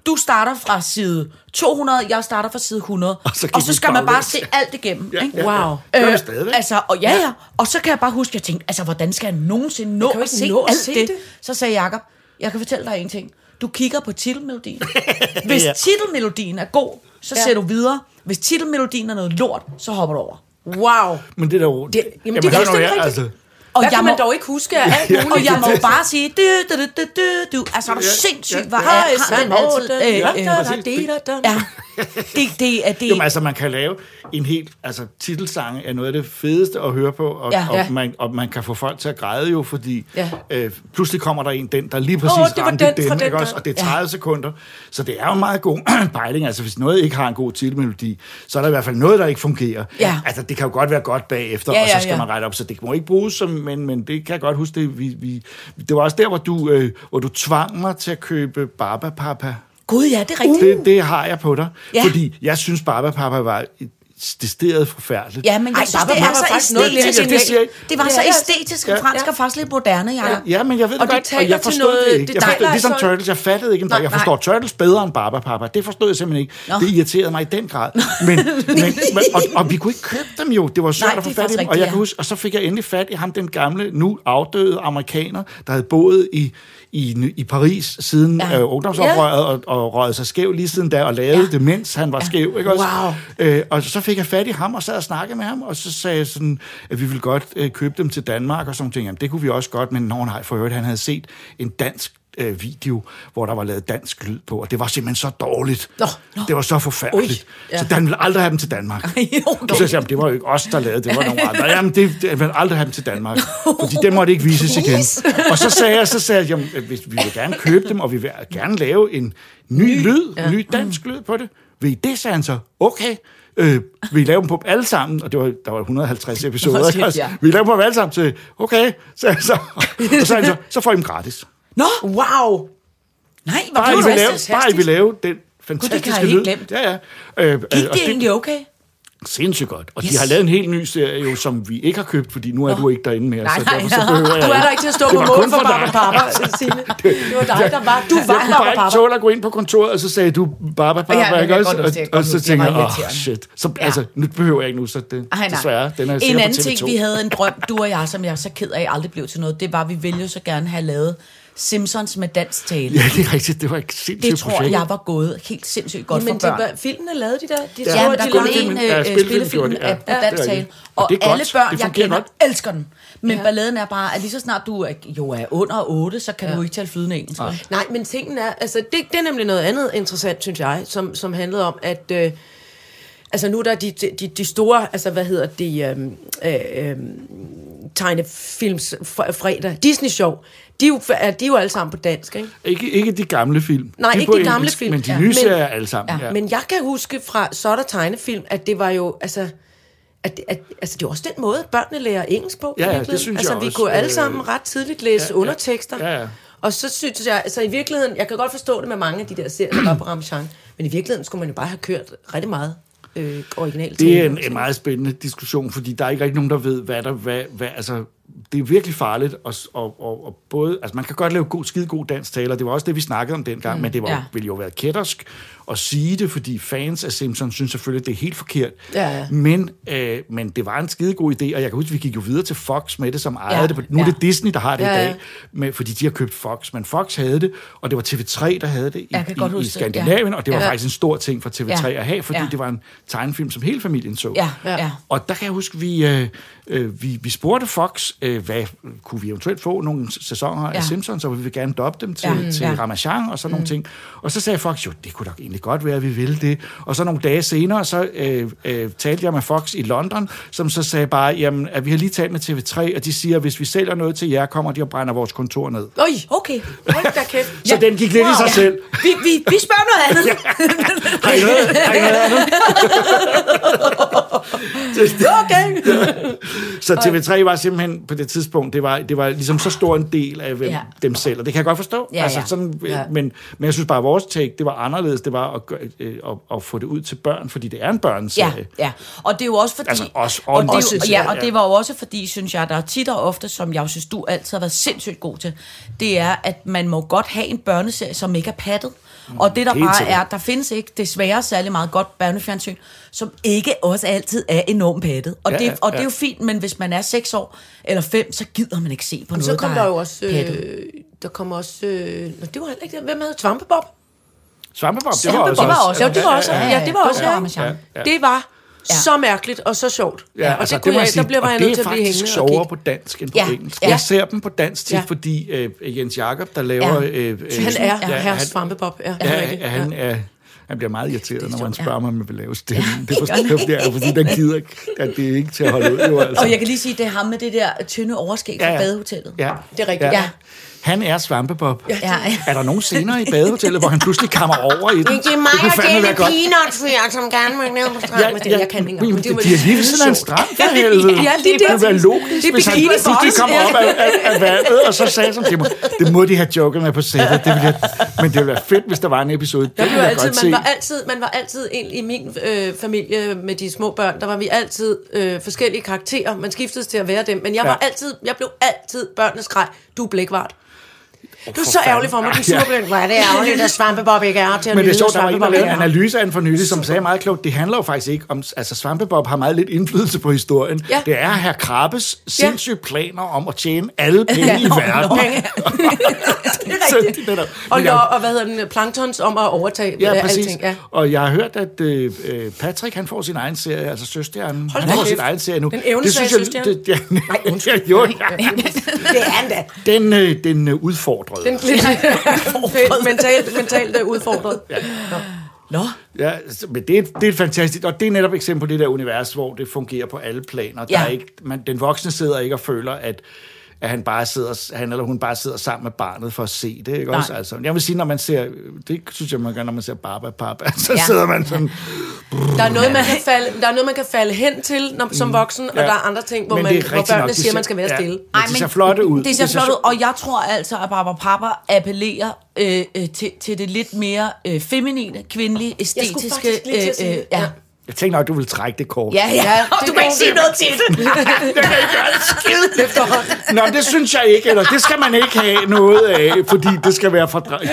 du starter fra side to hundrede, jeg starter fra side hundrede, og så, og så skal man bare se alt igennem. Ja, ikke? ja, ja. Wow. Gør Øh, det stadigvæk. altså, og ja, ja, og så kan jeg bare huske, jeg tænkte, altså, hvordan skal jeg nogensinde nå jeg at se nå at alt se det? det? Så sagde Jacob, jeg kan fortælle dig en ting. Du kigger på titelmelodien. Hvis Ja. titelmelodien er god, så Ja. ser du videre. Hvis titelmelodien er noget lort, så hopper du over. Wow. Men det der jo... Det- jamen, det er hør nu fuldstændig her, rigtigt. altså, Og Hvad jeg kan må, man dog ikke huske af alt muligt? og jeg må bare sige, du, du, du, du, du, du. Altså, er du Ja, sindssygt, ja, hvor ja. er har den altid... Øh, Ja, øh, ja, præcis. ja, det, det er det. Jamen, altså, man kan lave en helt... Altså, titelsange er noget af det fedeste at høre på, og, Ja. og, Ja. man, og man kan få folk til at græde jo, fordi Ja. øh, pludselig kommer der en, den, der lige præcis Åh, det var ramte den den, fra ikke den også? gang. Og det er tredive sekunder. Så det er jo en meget god pejling. Altså, hvis noget ikke har en god titelmelodi, så er der i hvert fald noget, der ikke fungerer. Ja. Altså, det kan jo godt være godt bagefter, Ja, og så ja, skal ja. man rette op. Så det må ikke bruges som... Men, men det kan jeg godt huske. Det, vi, vi, det var også der, hvor du, øh, hvor du tvang mig til at købe Barbapapa. Gud, ja, det er rigtigt. Det, det har jeg på dig. Ja. Fordi jeg synes, Barbapapa var decideret forfærdeligt. Ja, men jeg Ej, synes, Barbapapa det er var så faktisk noget æstetisk. lidt- det siger jeg ikke. Det var Det så er- æstetisk Ja. og fransk og faktisk lidt moderne, Jacob. Ja, men jeg ved det Og det godt, taler og jeg til forstod noget- det ikke. det Jeg forstod, dejler ligesom altså- Turtles, jeg fattede ikke. Nej, Jeg nej. forstår Turtles bedre end Barbapapa. Det forstod jeg simpelthen ikke. Nå. Det irriterede mig i den grad. Men, men, men og, og vi kunne ikke købe dem jo. Det var svært Nej, at få det er fat i faktisk dem. Og jeg rigtigt, kan ja. huske, og så fik jeg endelig fat i ham, den gamle, nu afdøde amerikaner, der havde boet i i, i Paris siden Ja. ja. øh, ungdomsoprøret og, og røget sig skæv lige siden da, og lavede Ja. ja. det, mens han var ja. skæv. Ikke også? Wow. Øh, og så fik jeg fat i ham og sad og snakkede med ham, og så sagde jeg sådan, at vi ville godt øh, købe dem til Danmark, og sådan ting. Jamen, det kunne vi også godt, men nå nej, for øvrigt, han havde set en dansk øh, video, hvor der var lavet dansk lyd på, og det var simpelthen så dårligt. Nå, nå. Det var så forfærdeligt. Ja. Så han ville aldrig have dem til Danmark. Okay. Så sagde jeg, det var jo ikke os, der lavede det, det var nogle andre. Jamen, det, det, jeg vil aldrig have dem til Danmark, fordi det måtte ikke vises igen. Og så sagde jeg, så sagde jeg, jamen, hvis vi vil gerne købe dem, og vi vil gerne lave en ny lyd, en ny dansk lyd på det. Vil I det, sagde han så, okay. Øh, vi laver dem på dem alle sammen, og det var, der var et hundrede og halvtreds episoder. Nå, shit, Ikke? ja. Vi laver dem på dem alle sammen til, okay, så, så, og så sagde han så, så får I dem gratis. Nå, Wow. nej, hvor Bare I blev vil det lave, fantastisk. bare I vil lave den har fantastiske jeg helt lyd. glemt. Ja, ja. Øh, Gik og det egentlig okay? Sindssygt godt. Og yes. Yes. de har lavet en helt ny serie, jo, som vi ikke har købt, fordi nu er du ikke derinde mere. Nej, så nej, derfor så nej. behøver jeg Du er ikke. der ikke til at stå Det på var mål kun for for dig. Barbapapa, Signe. Det var dig, der var. Du Jeg var kunne bare ikke Barbapapa. tåle at gå ind på kontoret, og så sagde du Barbapapa, Ja, jeg kan ikke også? godt Og, huske det, jeg kan og godt så huske det. tænker Det var jeg, åh, irriterende. shit. Så, Ja. altså, nu behøver jeg ikke nu, så det, Ej, nej. desværre, den er En sikkert anden på T V ting, to. vi havde en drøm, du og jeg, som jeg er så ked af aldrig blev til noget, det var, at vi ville jo så gerne have lavet Simpsons med dansk tale. Ja, det er rigtigt. Det var et sindssygt Det tror projekt. jeg var gået helt sindssygt godt Men for børn. filmen er lavet, de der... De Ja, Ja, store, der de kom lange- en Ja, øh, spillefilm spillefilm gjorde de, ja. af på Ja, det er dansk tale, rigtigt. og Og det er alle godt. børn, Det jeg fungerer kender, godt. elsker den. Men Ja. balladen er bare, at lige så snart du er, jo er under otte, så kan du ikke tale flydende engelsk. vel? Nej, men tingen er, altså det, det er nemlig noget andet interessant, synes jeg, som, som handlede om, at øh, altså nu er der de, de, de store, altså hvad hedder det, øhm, øh, øh, tegnefilms fr- fredag, Disney-show, de er, jo, er, de er jo alle sammen på dansk, ikke? Ikke, ikke de gamle film. Nej, de er ikke på de gamle engelsk, film. Men de Ja. nye Men- serier alle sammen. Ja, Ja. Men jeg kan huske fra Så er der tegnefilm, at det var jo, altså... At, at, altså, det er også den måde, børnene lærer engelsk på. Ja, i ja, virkeligheden. det synes altså, jeg vi også. kunne alle Øh, sammen ret tidligt læse ja, ja. undertekster. Ja, ja. Og så synes jeg, altså i virkeligheden, jeg kan godt forstå det med mange af de der serier, der var på Ramachan, men i virkeligheden skulle man jo bare have kørt rigtig meget øh, originalt. Det er en, en meget spændende diskussion, fordi der er ikke rigtig nogen, der ved, hvad der... Hvad, hvad, altså, det er virkelig farligt, og, og, og, og både... Altså, man kan godt lave god, skide god dansk taler, det var også det, vi snakkede om dengang, mm, men det var, ja. ville jo være kættersk at sige det, fordi fans af Simpsons synes selvfølgelig, det er helt forkert. Ja, ja. Men, øh, men det var en skide god idé, og jeg kan huske, vi gik jo videre til Fox med det, som ejede Ja, det. Nu er ja. det Disney, der har det Ja, i ja. dag, med, fordi de har købt Fox, men Fox havde det, og det var T V tre, der havde det i, Jeg kan godt i, i huske det, Skandinavien, ja. og det var Ja. faktisk en stor ting for T V tre Ja. at have, fordi Ja. det var en tegnefilm, som hele familien så. Ja, Ja. ja. Og der kan jeg huske, vi, øh, øh, vi, vi spurgte Fox, øh, hvad kunne vi eventuelt få nogle sæsoner af Ja. Simpsons, og vi vil gerne doppe dem til, Ja. til Ja. Ramachan og sådan mm. nogle ting. Og så sagde Fox, jo, det kunne da egentlig godt være, at vi ville det. Og så nogle dage senere, så øh, øh, talte jeg med Fox i London, som så sagde bare, jamen, at vi har lige talt med T V tre, og de siger, at hvis vi sælger noget til jer, kommer de og brænder vores kontor ned. Øj, Okay. hold da kæft. Så den gik lidt i sig selv. Vi, vi, vi spørger noget andet. Har I noget, har I noget andet? Okay. Så T V tre var simpelthen på det tidspunkt, det var, det var ligesom så stor en del af hvem Ja. dem selv, og det kan jeg godt forstå. Ja, altså, ja. sådan, Ja. men, men jeg synes bare, at vores take, det var anderledes, det var at, gøre, øh, at, at få det ud til børn, fordi det er en Ja, børneserie. ja. Og det er jo også fordi... Altså, også- og, det, er også- jo- ja, og det var jo også fordi, synes jeg, der er tit og ofte, som jeg synes, du altid har været sindssygt god til, det er, at man må godt have en børneserie, som ikke er pattet. Mm, og det der helt bare sikkert. er, der findes ikke desværre særlig meget godt børnefjernsyn, som ikke også altid er enormt pattet. Og, Ja, det, ja, og det er ja. jo fint, men hvis man er seks år eller fem, så gider man ikke se på Men noget, så kom der der er jo også... pattet. Øh, der kom også... Øh, nå, det var heller ikke det. Hvem havde Svampebob? Svampebob, det Svampebob var også... var også- Ja, det var også... ja, ja, Ja, det var også... det var Ja. Parmesan. Ja. Det var Ja. så mærkeligt og så sjovt. Ja, og altså, det kunne må jeg, sige, der bliver og jeg det nødt til er at blive faktisk hængende og sjovere kigge. på dansk end på Ja, engelsk. ja. Jeg ser dem på dansk tit, Ja. fordi øh, Jens Jakob, der laver... Ja. Øh, øh, Han er ja, herr han- Svampebob. Ja, Ja, rigtigt. ja, han er... Han bliver meget irriteret, når man sjovt, spørger mig, om jeg vil lave stemmen. Det forstår jeg, fordi den gider ikke, at det er ikke til at holde ud. Jo, altså. Og jeg kan lige sige, det er ham med det der tynde overskæg fra Ja, ja. badehotellet. Ja, Det er rigtigt. Ja. Han er Svampebob. Ja, ja. Er der nogen scener i badehotellet, hvor han pludselig kammer over i den? Det er mig kunne og fandme David være godt. Peanuts, her, som gerne vil ned på stranden. Ja, ja, jeg kan ikke engang. Men det, de er lige ved siden af en strand, for helvede. Ja, det er det ville være det. logisk, Det er hvis han bikini pludselig boys, kom ja. op af, af, af vandet, og så sagde som, det må, det må de have joket med på sættet. Det ville jeg, men det ville være fedt, hvis der var en episode. Det Der ville blev jeg altid, godt man, se. var altid, man var altid en, i min øh, familie med de små børn, der var vi altid øh, forskellige karakterer. Man skiftedes til at være dem, men jeg var Ja. altid, jeg blev altid børnenes grej. Du er blækvart. Du er for så ærgerlig for fanden. mig, du er Ja. super blæk. Hvor er det ærgerligt, at Svampebob ikke er til at Men det er nyde, sjovt, der var en, der Svampebob lavede en ikke er. analyse af den for nylig, som sagde meget klogt, det handler jo faktisk ikke om, altså Svampebob har meget lidt indflydelse på historien. Ja. Det er herr Krabbes sindssyge planer om at tjene alle penge Ja. i verden. Penge. Det er Så rigtigt. det er netop- Og, Men jeg- og, og hvad hedder den? Planktons om at overtage Ja, øh, præcis. alting. Ja. Og jeg har hørt, at øh, Patrick, han får sin egen serie, altså Søstjernen. Hold Han da får kæft. sin egen serie nu. Den evnesvage Søstjerne? det, ja, nej, undskyld. Jo, ja. Det er han da. Den, øh, den øh, udfordrede. Den lidt mentalt, mentalt øh, udfordret. Ja. Nå, Ja, altså, men det er, det er fantastisk, og det er netop et eksempel på det der univers, hvor det fungerer på alle planer. Der Ja. er ikke, man, den voksne sidder ikke og føler, at, at han, bare sidder, han eller hun bare sidder sammen med barnet for at se det. Ikke? Nej. Også, altså, jeg vil sige, når man ser, det synes jeg, man gør, når man ser Barba Papa, så Ja. sidder man sådan... Der er noget, man kan falde, der er noget, man kan falde hen til når, som voksen, og Ja. der er andre ting, hvor, Men man, det er hvor rigtigt børnene nok, de siger, at man ser- skal være ja. stille. Men de ser flotte ud. Det ser Det ser flot ud, så- og jeg tror altså, at Barbara Papa appellerer øh, øh, til, til det lidt mere øh, feminine, kvindelige, æstetiske... faktisk lige til at sige det. ja. Ja. Jeg tænkte nok, du ville trække det kort. Ja, ja, Ja, og det du er kan ikke god sige idé. noget til det. Jeg kan ikke gøre det skide efterhånden. Nå, det synes jeg ikke, eller det skal man ikke have noget af, fordi det skal være fordrejet.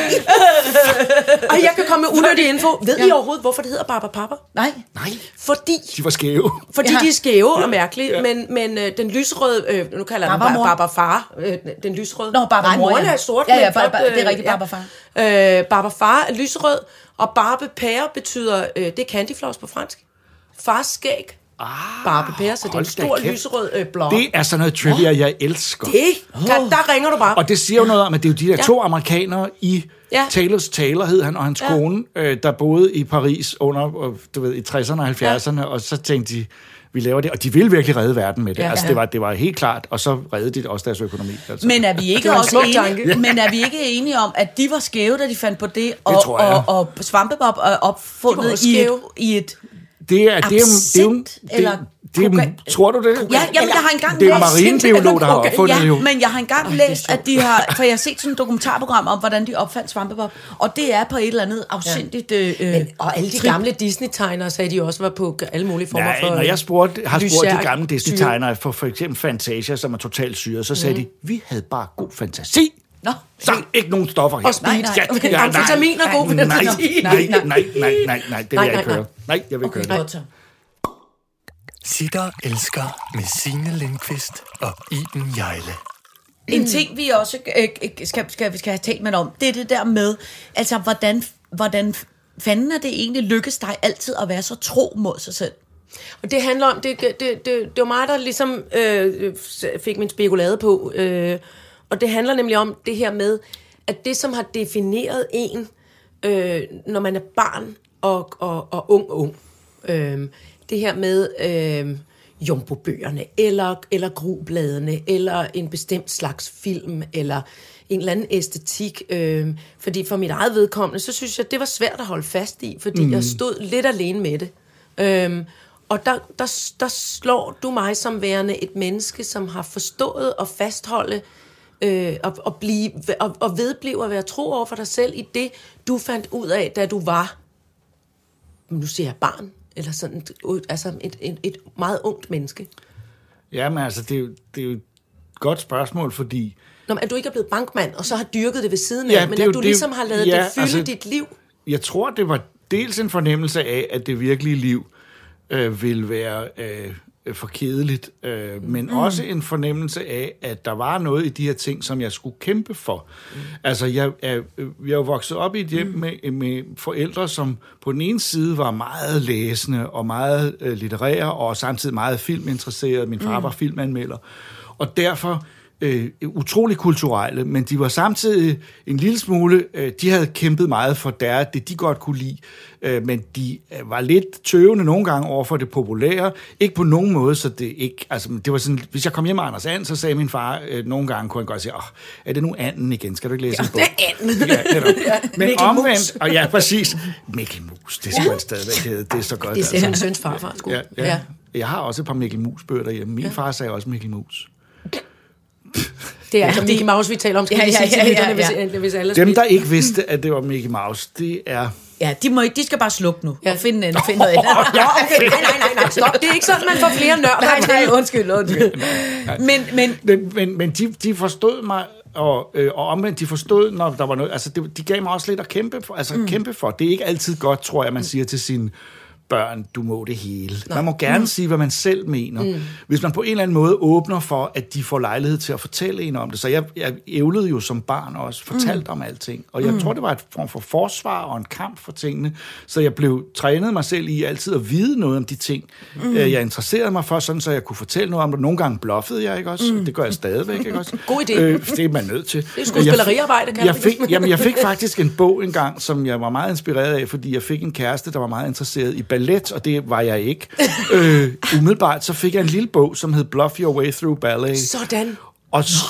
Og jeg kan komme med unødig info. Ved I overhovedet, hvorfor det hedder Barbara Papa? Nej. Nej, Fordi, de var skæve. fordi Ja. de er skæve og mærkelige, ja. men, men øh, den lysrøde, øh, nu kalder jeg den Barbara Bar- mor. Barbara Far, øh, den lysrøde. Nå, Barbara Nej, mor, moren ja. er sort. Ja, ja, med flot, Bar- Bar- det er øh, rigtigt, ja. Barbara Far. Øh, Barbara Far er lysrød, og Barbe Pære betyder, øh, det er candyfloss på fransk. Fars skæg. Ah, Barbe Pære, så det er en hold da stor kæft. lyserød øh, blå. Det er sådan noget trivia, jeg elsker. Det, kan, der ringer du bare. Og det siger jo noget om, at det er jo de der Ja. to amerikanere i Ja. Taylors Taylor, hed han, og hans Ja. kone, øh, der boede i Paris under, øh, du ved, i tresserne og halvfjerdserne, og så tænkte de, vi laver det, og de ville virkelig redde verden med det. Ja. Altså, det var, det var helt klart, og så reddede de også deres økonomi. Altså. Men er vi Det ikke var en også smuk enige, tanke. men er vi ikke enige om, at de var skæve, da de fandt på det, og, tror jeg. og, og Svampebob er De var opfundet også i et, skæve. i et... det er, det er, det er, jo- Absint, eller det, det er, koka- tror du det? Ja, jamen, jeg har engang Det er jo læst... marinebiolog, der har opfundet ja, det jo. men jeg har engang læst, at de har... For jeg har set sådan et dokumentarprogram om, hvordan de opfandt Svampebob, og det er på et eller andet afsindigt... Øh, Men, og alle de trip. gamle Disney-tegnere sagde de også var på alle mulige former Nej, for... når jeg spurgte, har spurgt lysstærk de gamle syre. Disney-tegnere for for eksempel Fantasia, som er totalt syre, så sagde mm. de, vi havde bare god fantasi. Nå, Så ikke nogen stoffer her. Og speed. Nej, nej. nej. Amfetamin er god Nej, fantasi. nej, nej, nej, nej, nej, nej, det vil Nej, jeg ikke nej, høre. Nej, jeg vil ikke okay, høre det. godt så. Sitter elsker med Signe Lindqvist og Iben Hjejle. En ting, vi også øh, øh, skal, skal, skal have talt med om, det er det der med, altså, hvordan, hvordan fanden er det egentlig lykkes dig altid at være så tro mod sig selv? Og det handler om, det, det, det, det var mig, der ligesom øh, fik min spekulade på. Øh, og det handler nemlig om det her med, at det, som har defineret en, øh, når man er barn og, og, og ung ung, øh, det her med øh, Jumbo-bøgerne, eller, eller grubladene, eller en bestemt slags film, eller en eller anden æstetik. Øh, fordi for mit eget vedkommende, så synes jeg, det var svært at holde fast i, fordi mm. jeg stod lidt alene med det. Øh, Og der, der, der slår du mig som værende et menneske, som har forstået at fastholde øh, og, og, blive, og, og vedblive at være tro over for dig selv i det, du fandt ud af, da du var, nu siger jeg barn, eller sådan, altså et, et, et meget ungt menneske. Ja, men altså, det er, jo, det er jo et godt spørgsmål, fordi Nå, at du ikke er blevet bankmand, og så har dyrket det ved siden Ja, af, men det er at jo du det- ligesom har lavet ja, det fylde altså- dit liv. Jeg tror, det var dels en fornemmelse af, at det virkelige liv øh, ville være øh, for kedeligt, øh, men mm. også en fornemmelse af, at der var noget i de her ting, som jeg skulle kæmpe for. Mm. Altså, jeg, jeg, jeg er jo vokset op i et hjem mm. med, med forældre, som på den ene side var meget læsende og meget øh, litterære, og samtidig meget filminteresserede. Min far mm. var filmanmelder. Og derfor øh, utrolig kulturelle, men de var samtidig en lille smule, øh, de havde kæmpet meget for deres, det de godt kunne lide, øh, men de øh, var lidt tøvende nogle gange over for det populære, ikke på nogen måde, så det ikke, altså det var sådan, hvis jeg kom hjem med Anders And, så sagde min far, øh, nogle gange kunne han godt sige, åh, er det nu anden igen, skal du ikke læse en bog? Det er anden. Ja, netop. Men Mikkel omvendt, Mus. og ja, præcis, Mikkel Mus, det skal man stadigvæk hedde, det er så godt. Det er altså. min søns farfar, sgu. Ja, ja. ja. Jeg har også et par Mikkel Mus-bøger derhjemme. Min ja. far sagde også Mikkel Mus. Det er altså Mickey Mouse, vi taler om, skal Ja, vi ja, sige ja, til ja, lytterne, ja. hvis, hvis alle Dem, der ikke vidste, at det var Mickey Mouse, det er... Ja, de, må ikke, de skal bare slukke nu Ja. og finde, en, finde noget andet. Nå, okay, nej, nej, nej, nej, stop. Det er ikke sådan, man får flere nørder. Nej, nej, undskyld, undskyld. Men, men Men, men, men de, de forstod mig, og, øh, og omvendt, de forstod, når der var noget... Altså, det, de gav mig også lidt at kæmpe for. Altså, mm. kæmpe for. Det er ikke altid godt, tror jeg, man siger til sine børn, du må det hele. Nå. Man må gerne mm. sige, hvad man selv mener. Mm. Hvis man på en eller anden måde åbner for, at de får lejlighed til at fortælle en om det. Så jeg, jeg ævlede jo som barn også, fortalt mm. om alting. Og jeg mm. tror, det var et form for forsvar og en kamp for tingene. Så jeg blev trænet mig selv i altid at vide noget om de ting. Mm. Jeg interesserede mig for, sådan, så jeg kunne fortælle noget om det. Nogle gange bluffede jeg, ikke også? Mm. Det gør jeg stadigvæk, ikke også? God idé. Øh, det er man nødt til. Det er skuespilleriarbejde, kan jeg, man jeg fik, jamen, jeg fik faktisk en bog engang, som jeg var meget inspireret af, fordi jeg fik en kæreste, der var meget interesseret i ballet, og det var jeg ikke. øh, umiddelbart, så fik jeg en lille bog, som hed Bluff Your Way Through Ballet. Sådan. Og s-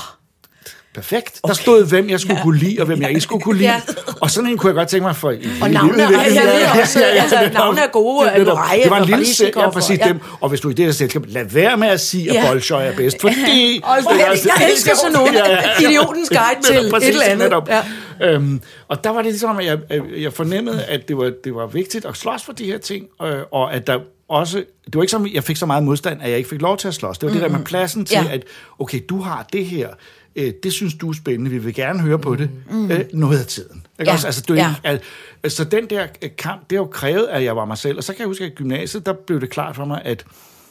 perfekt. Der stod, hvem jeg skulle ja. kunne lide, og hvem jeg ikke skulle kunne lide. Ja. Og sådan en kunne jeg godt tænke mig for... Og navne, og jeg ved også, altså, navne er gode, det, det, Noreje, det var en lille sæt, ja, ja, præcis ja. dem. Og hvis du i det her selskab, lad være med at sige, at Ja. Bolshoi er bedst, fordi... Og jeg, jeg elsker sådan nogen. Idiotens guide til Netop, præcis, et eller andet. netop. Ja. Øhm, og der var det ligesom, at jeg, jeg fornemmede, at det var, det var vigtigt at slås for de her ting, øh, og at der også, det var ikke som, jeg fik så meget modstand, at jeg ikke fik lov til at slås. Det var mm. det der med pladsen til, Ja. at okay, du har det her, øh, det synes du er spændende, vi vil gerne høre på det, mm. øh, noget af tiden. Ikke Ja. også? Altså, du Ja. ikke, al, så den der kamp, det har jo krævet, at jeg var mig selv, og så kan jeg huske, at i gymnasiet, der blev det klart for mig, at,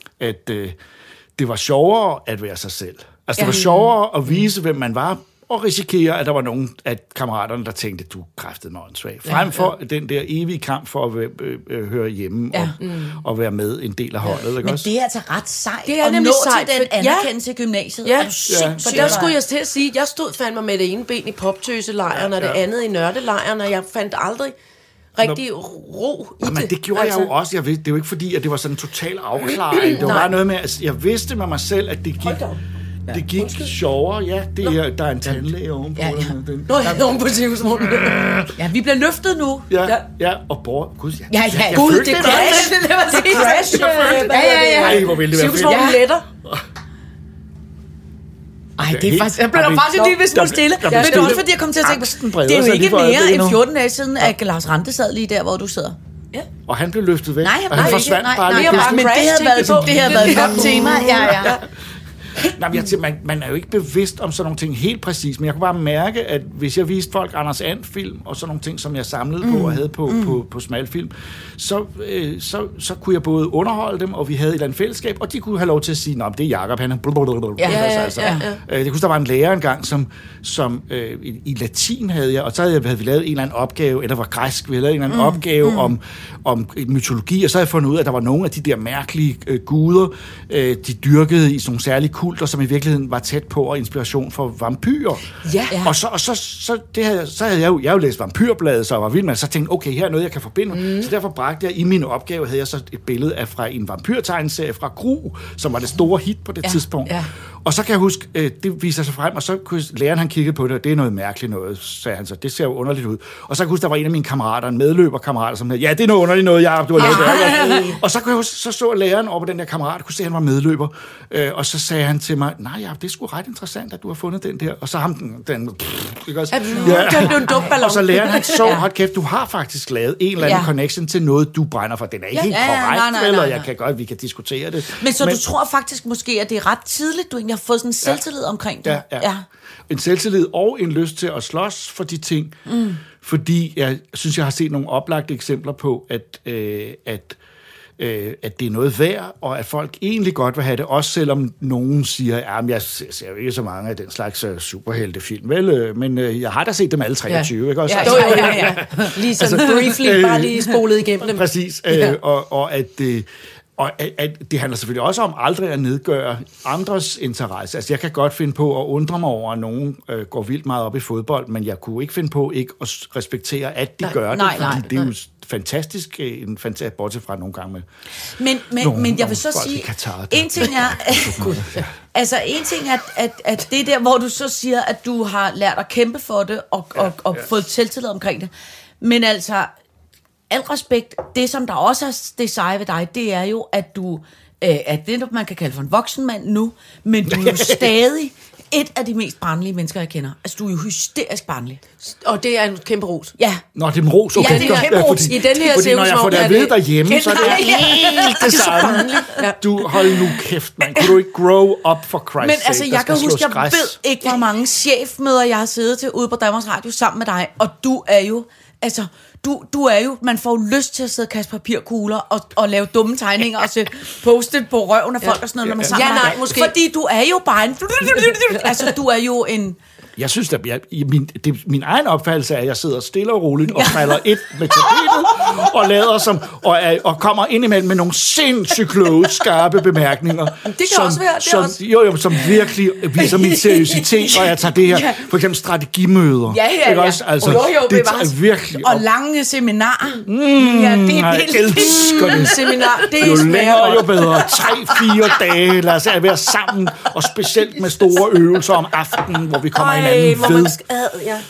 at øh, det var sjovere at være sig selv. Altså, det var sjovere at vise, hvem man var, og risikere, at der var nogen af kammeraterne, der tænkte, du kræftede mig åndssvag. Frem for ja. den der evige kamp for at øh, øh, høre hjemme ja. og, mm. og være med en del af holdet. Ikke Men også? det er altså ret sejt Det er at nemlig nå sejt, til den for- ja. anerkendelse i gymnasiet. Ja. Er du sindssygt? For der skulle jeg til at sige, at jeg stod fandme med det ene ben i poptøselejren, og det andet i nørdelejren, og jeg fandt aldrig rigtig ro i det. Men det gjorde altså, jeg jo også. Jeg vidste, det er jo ikke fordi, at det var sådan en total afklaring. Det var Nej. bare noget med, at jeg vidste med mig selv, at det gik... Det gik sjovere, ja. Det er, der er en tandlæge ovenpå. Ja, ja. Den, Nå, jeg er oven på sygehusvognen. Ja, vi bliver løftet nu. ja, ja, ja, og bor... Gud, ja. Ja, ja, jeg Gud, følte det crash. Det var det crash. Ja, ja, ja. Ej, hvor ville det være fedt. Sygehusvognen Ja. letter. Ej, det er helt- faktisk... Jeg blev der blev- faktisk en lille der smule blev- stille. der Men blev det er stille. også, fordi jeg kom til at tænke Angsten på... breder Det er jo sig ikke lige for mere øjeblikket end nu. fjorten dage siden, at Lars Rante sad lige der, hvor du sidder. Og han blev løftet væk. Nej, jeg og han nej, forsvandt nej, bare nej, lige nej, pludselig. men det havde været, Crash, det havde været et godt tema. Ja, ja. Nej, men jeg tænker, man, man er jo ikke bevidst om sådan nogle ting helt præcis, men jeg kunne bare mærke, at hvis jeg viste folk Anders And-film og sådan nogle ting, som jeg samlede på og havde på, mm. på, på smalfilm, så, øh, så, så kunne jeg både underholde dem, og vi havde et eller andet fællesskab, og de kunne have lov til at sige, nå, det er Jacob, han er blablabla. Ja, ja, ja, altså, ja, ja. Øh, det kunne der var en lærer engang, som, som øh, i, i latin havde jeg, og så havde, jeg, havde vi lavet en eller anden opgave, eller var græsk, vi havde lavet en eller anden mm. opgave mm. om, om mytologi, og så havde jeg fundet ud af, at der var nogle af de der mærkelige øh, guder, øh, de dyrkede i sådan nogle særlige kulter, som i virkeligheden var tæt på og inspiration for vampyrer. Ja. Og så, og så, så, det havde, så havde jeg jo, jeg jo læst vampyrbladet, så jeg var vild med, så tænkte okay, her er noget, jeg kan forbinde med. Mm. Så derfor bragte jeg i min opgave, havde jeg så et billede af fra en vampyrtegneserie fra Gru, som var det store hit på det Ja, tidspunkt. ja. Og så kan jeg huske, øh, det viser sig frem, og så kunne læreren, han kiggede på det, og det er noget mærkeligt noget, sagde han så. Det ser jo underligt ud. Og så kan jeg huske, der var en af mine kammerater, en medløberkammerat, som sagde, ja, det er noget underligt noget, jeg du har lavet det. Og så kunne jeg huske, så så læreren over på den der kammerat, kunne se, at han var medløber, øh, og så sagde han, han til mig, nej, ja, det er sgu ret interessant, at du har fundet den der. Og så ham den... den pff, ikke også? Ja, det blev en dum ballon. Og så lærer han så, hold kæft, du har faktisk lavet en eller anden Ja. connection til noget, du brænder for. Den er ikke Ja, helt ja, korrekt, nej, nej, vel, nej, og jeg nej. kan godt, vi kan diskutere det. Men så Men, du tror faktisk måske, at det er ret tidligt, du egentlig har fået sådan en selvtillid ja. omkring det? Ja, ja. ja. En selvtillid og en lyst til at slås for de ting. Mm. Fordi jeg synes, jeg har set nogle oplagte eksempler på, at, øh, at, øh, at det er noget værd, og at folk egentlig godt vil have det, også selvom nogen siger, at jeg ser jo ikke så mange af den slags uh, superheltefilm, vel, men uh, jeg har da set dem alle treogtyve, ja. ikke også? Ja, jo, jo, ja, ja. Lige sådan altså, briefly, bare lige spolet igennem dem. Præcis, ja. øh, og, og at... Øh, Og at, at det handler selvfølgelig også om aldrig at nedgøre andres interesse. Altså, jeg kan godt finde på at undre mig over, at nogen øh, går vildt meget op i fodbold, men jeg kunne ikke finde på ikke at respektere, at de nej, gør det, nej, fordi nej, det er jo nej. fantastisk, en fantastisk, bortset fra nogle gange med Men, men, nogle, men jeg vil så sige, en ting er, altså en ting er, at, at det der, hvor du så siger, at du har lært at kæmpe for det, og, ja, og, og ja. fået selvtillid omkring det, men altså, al respekt, det som der også er det seje ved dig, det er jo, at du øh, at det, man kan kalde for en voksen mand nu, men du er jo stadig et af de mest barnlige mennesker, jeg kender. Altså, du er jo hysterisk barnlig. Og det er en kæmpe ros. Ja. Nå, det er en ros, okay. Ja, det er en kæmpe ros. Fordi, I den her fordi når jeg får det at vide derhjemme, så er det helt det samme. Ja. Du, hold nu kæft, man. Kunne du ikke grow up for Christ's Men altså, sake, jeg kan huske, jeg ved ikke, hvor mange chefmøder, jeg har siddet til ude på Danmarks Radio sammen med dig, og du er jo, altså... Du, du er jo, man får jo lyst til at sidde og kaste papirkugler og, og lave dumme tegninger og sætte post-it på røven af folk ja. og sådan noget, når man sammen ja, nej, måske. Fordi du er jo bare en... Altså, du er jo en... Jeg synes, at jeg, min, det, min egen opfattelse er, at jeg sidder stille og roligt og falder et med tapetet og lader som og, er, og kommer ind imellem med nogle sindssygt kloge, skarpe bemærkninger. Det kan som, også være. Det som, også. Jo, jo, som virkelig viser min seriøsitet, og jeg tager det her, ja. for eksempel strategimøder. Ja, ja, ja. Også? Altså, jo, jo, det er virkelig... Og lange seminarer. Mm, ja, det, jeg det, elsker det. Seminar, det jo er længere, jo bedre. Tre, fire dage, lad os være sammen, og specielt med store øvelser om aftenen, hvor vi kommer Ej, hinanden ved. Ad, ja.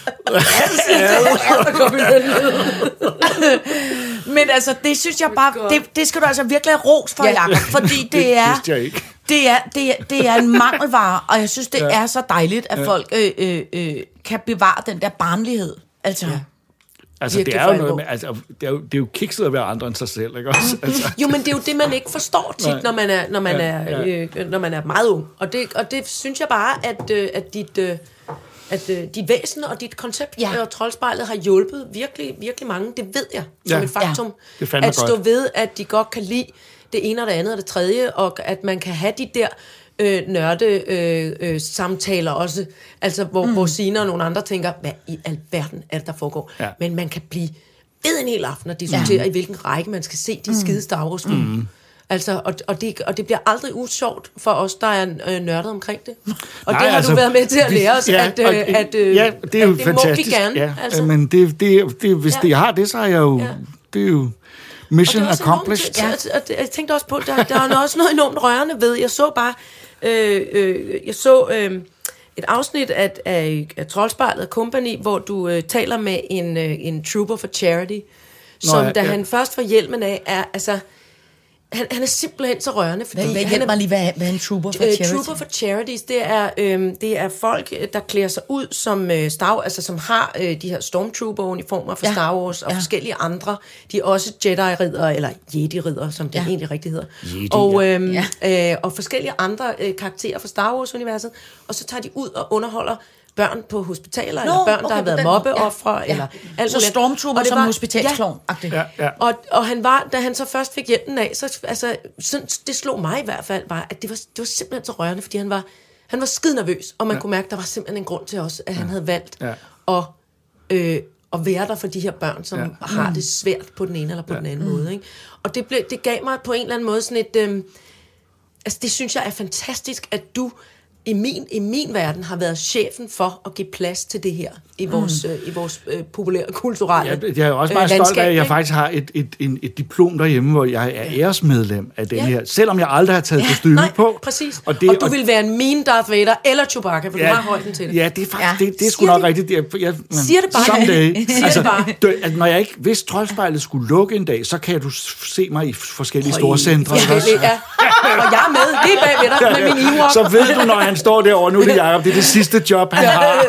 Men altså, det synes jeg bare, det, det skal du altså virkelig have ros for, ja. Jacob, fordi det er, det er, det er, det er en mangelvare, og jeg synes, det ja. er så dejligt, at ja. folk øh, øh, øh, kan bevare den der barnlighed. Altså, ja. Altså, det er jo noget med, altså, det er jo, det er jo kikset at være andre end sig selv, ikke også? Altså. Jo, men det er jo det, man ikke forstår tit, når man er, når man ja, er, ja. Øh, når man er meget ung. Og det, og det synes jeg bare, at, øh, at dit... Øh, at øh, dit væsen og dit koncept ja. og Troldspejlet har hjulpet virkelig, virkelig mange. Det ved jeg som ja. et faktum. Ja. At stå godt. ved, at de godt kan lide det ene og det andet og det tredje, og at man kan have de der øh, nørde øh, øh, samtaler også, altså hvor, mm. hvor Signe og nogle andre tænker, hvad i alverden er det, der foregår? Ja. Men man kan blive ved en hel aften og diskutere, ja. i hvilken række man skal se de mm. skide Star Wars film. Mm. Altså, og, og, det, og det bliver aldrig usjovt for os, der er øh, nørdet omkring det. Og Nej, det har altså, du været med til at lære os, ja, at, øh, at, øh, ja, det er jo at det fantastisk. må vi gerne. Ja, altså. Men det, det, det, hvis ja. det har det, så er jeg jo... Ja. Det er jo mission og accomplished. Enormt, ja. og jeg tænkte også på, der, der er også noget enormt rørende ved. Jeg så bare... Øh, øh, jeg så... Øh, et afsnit af, af, af Troldspejlet Company, hvor du øh, taler med en, øh, en trooper for charity, Nå, som ja, da ja. han først får hjelmen af, er altså... Han, han er simpelthen så rørende, fordi... Hvad, hvad han er, mig lige, hvad, hvad er en trooper for charity? Trooper for charities, det er, øh, det er folk, der klæder sig ud som øh, Star, altså som har øh, de her Stormtrooper-uniformer for ja. Star Wars, og ja. forskellige andre. De er også Jedi-riddere, eller Jedi-riddere, som det ja. egentlig rigtig hedder. Jedi, og, øh, ja. øh, og forskellige andre øh, karakterer fra Star Wars-universet. Og så tager de ud og underholder børn på hospitaler, Nå, eller børn, okay, der har været mobbeofre, ja, ja. eller alt så Stormtrooper som hospitalsklovn. Ja, ja, ja. Og, og han var, da han så først fik hjælpen af, så, altså, så, det slog mig i hvert fald, var, at det var, det var simpelthen så rørende, fordi han var, han var skide nervøs, og man ja. kunne mærke, at der var simpelthen en grund til os, at han ja. havde valgt ja. at, øh, at være der for de her børn, som ja. har det svært på den ene eller på ja. den anden mm. måde. Ikke? Og det, blev, det gav mig på en eller anden måde sådan et... Øh, altså, det synes jeg er fantastisk, at du i min, i min verden har været chefen for at give plads til det her i vores, mm. øh, i vores øh, populære kulturelle ja, jeg er også meget øh, stolt af, at jeg faktisk har et, et, et, et diplom derhjemme, hvor jeg er æresmedlem af den ja. her, selvom jeg aldrig har taget ja, kostyme nej, på. Præcis. Og, det, og du og, vil være en mean Darth Vader eller Chewbacca, for ja, du har højden til det. Ja, det er faktisk, ja. det, det er sgu nok det, rigtigt. Jeg, jeg, man, siger det bare. Someday, siger altså, det bare. Du, altså, når jeg ikke, hvis Troldspejlet skulle lukke en dag, så kan du se mig i forskellige Høj. store centre. Ja, ja. Og jeg er med, lige bag ved dig, ja, ja. med min Ewok. Så ved du, når han står derovre, nu er det Jacob, det er det sidste job, han har.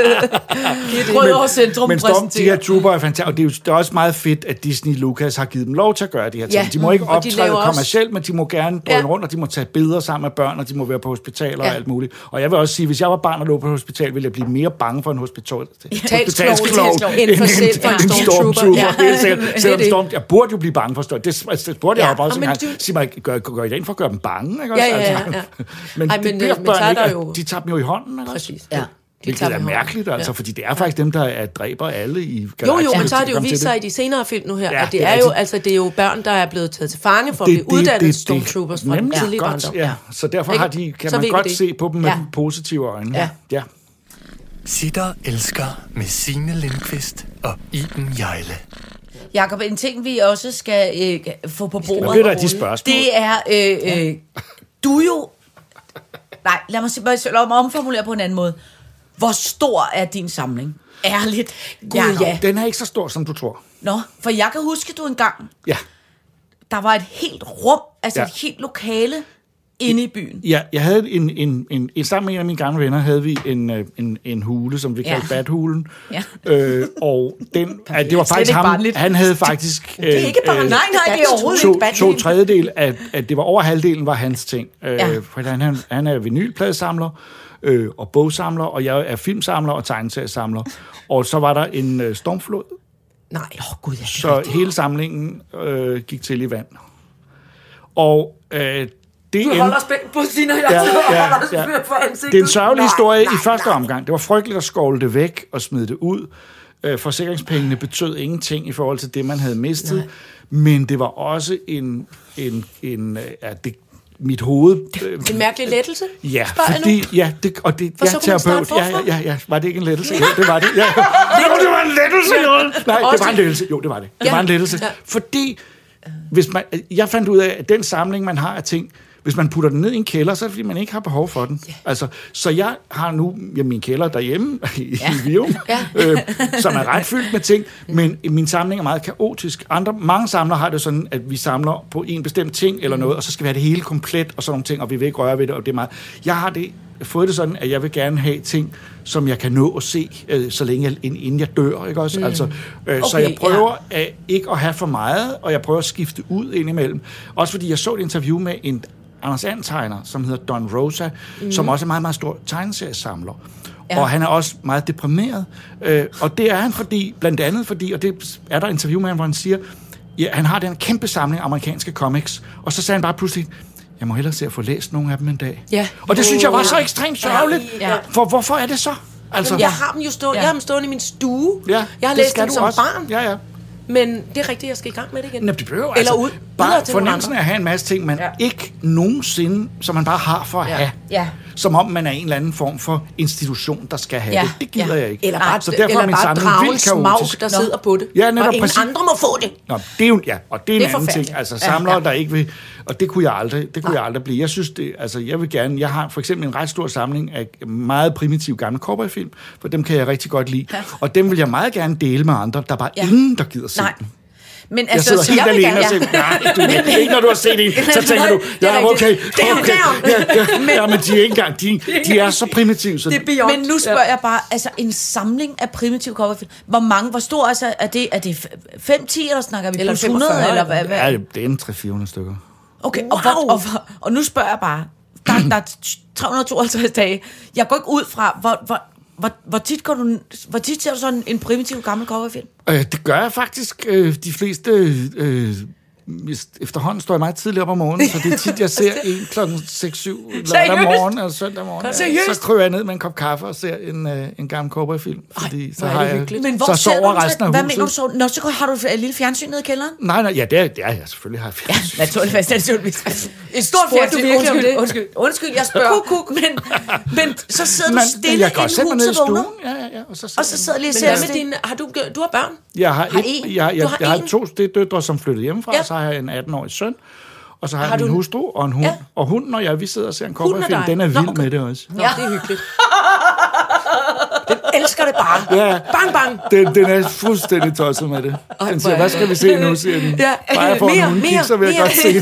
men, men Storm, de her trooper er fantastiske, og det er, jo, det er også meget fedt, at Disney Lucas har givet dem lov til at gøre de her ting. Ja. De må ikke optræde kommercielt, men de må gerne drøne ja. rundt, og de må tage billeder sammen med børn, og de må være på hospitaler ja. og alt muligt. Og jeg vil også sige, hvis jeg var barn og lå på hospital, ville jeg blive mere bange for en hospital. Hospitalsklovn end for selv for en stormtrooper. Selvom Storm, jeg burde jo blive bange for Storm. Det, det burde jeg jo bare sådan, sige mig, gør, gør I det ind for at gøre dem bange? Ikke? Ja, ja, ja. Men de børn, de tager dem jo i hånden. Præcis, ja. Det er mærkeligt, altså, ja. fordi det er faktisk dem, der er, dræber alle i galaksen. Jo, jo, men så har det jo vist sig i de senere film nu her, ja, at det, det er, er jo, altså, det er jo børn, der er blevet taget til fange for det, at blive uddannet stormtroopers fra den tidlige barndom. Ja. Så derfor har de, kan så man godt se på dem med ja. positive øjne. Ja. Ja. Sitter elsker med Signe Lindqvist og Iben Hjejle. Jakob, en ting, vi også skal øh, få på bordet, det er de spørgsmål. Det er, øh, øh, du jo... Nej, lad mig bare omformulere på en anden måde. Hvor stor er din samling? Ærligt. Gud, ja. Den er ikke så stor, som du tror. Nå, for jeg kan huske, du engang... Ja. Der var et helt rum, altså ja. et helt lokale inde i byen. Ja, jeg havde en, en, en, en... Sammen med en af mine gamle venner havde vi en, en, en hule, som vi ja. kaldte Badhulen. Ja. Øh, og den... At det var faktisk ham... Barnligt. Han havde faktisk... Det er ikke bare... Øh, nej, nej, det er overhovedet to, ikke Badhulen. To tredjedel af... At det var over halvdelen var hans ting. Øh, ja. For han, han, han er vinylpladesamler. Øh, og bogsamler, og jeg er filmsamler og tegneseriesamler. Og så var der en øh, stormflod. Nej, oh, Gud, jeg så hele samlingen øh, gik til i vand. Og øh, det du holder spændt på Signe, og jeg ja, ja, holder ja. for ansigtet. Det er en sørgelig nej, historie nej, i første nej. omgang. Det var frygteligt at skovle det væk og smide det ud. Øh, forsikringspengene betød ingenting i forhold til det, man havde mistet. Nej. Men det var også en... en, en ja, det, mit hoved... Øh, en mærkelig lettelse? Ja, fordi... Ja, det, og det, ja, terapeut, ja, ja, ja, ja, var det ikke en lettelse? Jo, det var det. Ja. Jo, det var en lettelse, jo. Nej, det var en lettelse. Jo, det var det. Det var en lettelse. Fordi, hvis man... Jeg fandt ud af, at den samling, man har af ting, hvis man putter den ned i en kælder, så er det, fordi man ikke har behov for den. Yeah. Altså, så jeg har nu ja, min kælder derhjemme i ja. Vium, ja. øh, som er ret fyldt med ting, men min samling er meget kaotisk. Andre, mange samlere har det sådan, at vi samler på en bestemt ting eller noget, og så skal vi have det hele komplet og sådan nogle ting, og vi vil ikke røre ved det, og det er meget. Jeg har det, fået det sådan, at jeg vil gerne have ting, som jeg kan nå at se, øh, så længe jeg, inden jeg dør, ikke også? Mm. Altså, øh, okay, så jeg prøver ja. at ikke at have for meget, og jeg prøver at skifte ud indimellem. Også fordi jeg så et interview med en Anders And-tegner, som hedder Don Rosa, mm. som også er meget, meget stor tegneseriesamler. Ja. Og han er også meget deprimeret. Øh, og det er han fordi, blandt andet fordi, og det er der et interview med ham, hvor han siger, ja, han har den kæmpe samling af amerikanske comics, og så sagde han bare pludselig, jeg må hellere se at få læst nogle af dem en dag. Ja. Og det synes jeg var så ekstremt sørgeligt. Ja. For hvorfor er det så? Altså, jeg har dem jo stå, ja. jeg har dem stående i min stue. Ja, jeg har læst dem som også. barn. Ja, ja. Men det er rigtigt, jeg skal i gang med det igen. Nå, det behøver, Eller altså, ud. Bare fornemmelsen af at have en masse ting, man ja. ikke nogensinde, som man bare har for at ja. have. Ja. Som om man er en eller anden form for institution, der skal have ja. det. Det gider ja. jeg ikke. Eller bare, så derfor eller er min bare dragens smag, der Nå. sidder på det. Ja, netop, og ingen præcis. andre må få det. Nå, det er jo, ja, og det er en det er anden ting. Altså samlere, ja, ja. der ikke vil... Og det kunne jeg aldrig, det kunne ja. jeg aldrig blive. Jeg synes, det, altså jeg vil gerne... Jeg har for eksempel en ret stor samling af meget primitive gamle cowboyfilm, for dem kan jeg rigtig godt lide. Ja. Og dem vil jeg meget gerne dele med andre. Der er bare ja. ingen, der gider se dem. Men jeg altså, sidder helt jeg alene gerne, og siger, nej, du er ikke, når du har set en, så tænker du, ja, okay, okay. Ja, ja, ja, men de er ikke engang, de, de er så primitive. Så men nu spørger jeg bare, altså en samling af primitive coverfilm, hvor mange, hvor stor altså, er det, er det fem ti, eller snakker vi plus hundrede, eller hvad? Ja, det er en tre til fire hundrede stykker. Okay, wow. og, hvor, og, og nu spørger jeg bare, der, der er tre hundrede og tooghalvtreds dage, jeg går ikke ud fra, hvor, hvor Hvor, hvor, tit går du, hvor tit ser du sådan en primitiv gammel coverfilm? Øh, det gør jeg faktisk øh, de fleste øh, efterhånden står jeg meget tidligt op om morgenen, så det er tit, jeg ser en klokken seks syv lørdag morgen eller søndag morgen. Ja, så kryber jeg ned med en kop kaffe og ser en, uh, en gammel cowboyfilm, fordi Ej, så har jeg Men hvor så sover resten af Hvad huset. mener du så? Nå, så har du et lille fjernsyn nede i kælderen? Nej, nej, ja, det er, det er jeg selvfølgelig har fjernsyn. Ja, naturligvis, naturligvis. Et stort Spurgte fjernsyn, du virkelig om undskyld, det? undskyld, undskyld, jeg spørger. Kuk, kuk, men, men så sidder du Men stille jeg kan også sætte mig inden ned i huset vågner, stuen. Ja, ja, ja, og så, og så sidder lige og Men ser hvad med det. dine... Har du, du har børn? Jeg har, Har et, en? jeg, jeg, Du har jeg har en? to det døtre, som flyttede hjemmefra, Ja. og så har jeg en atten-årig søn, og så har, Har jeg min du en- hustru og en hund. Ja. Og hunden og jeg, vi sidder og ser en Hunden og cowboyfilm. dig? Den er Nå, vild okay. med det også. Nå, det er hyggeligt. Den elsker det bare. Ja. Bang, bang. Den, den er fuldstændig tosset med det. Ej, Den hvor siger, er hvad det- skal vi se nu, siger den. Ja. Bare jeg får en Mere, hundekig, mere, så vil jeg mere. godt se det.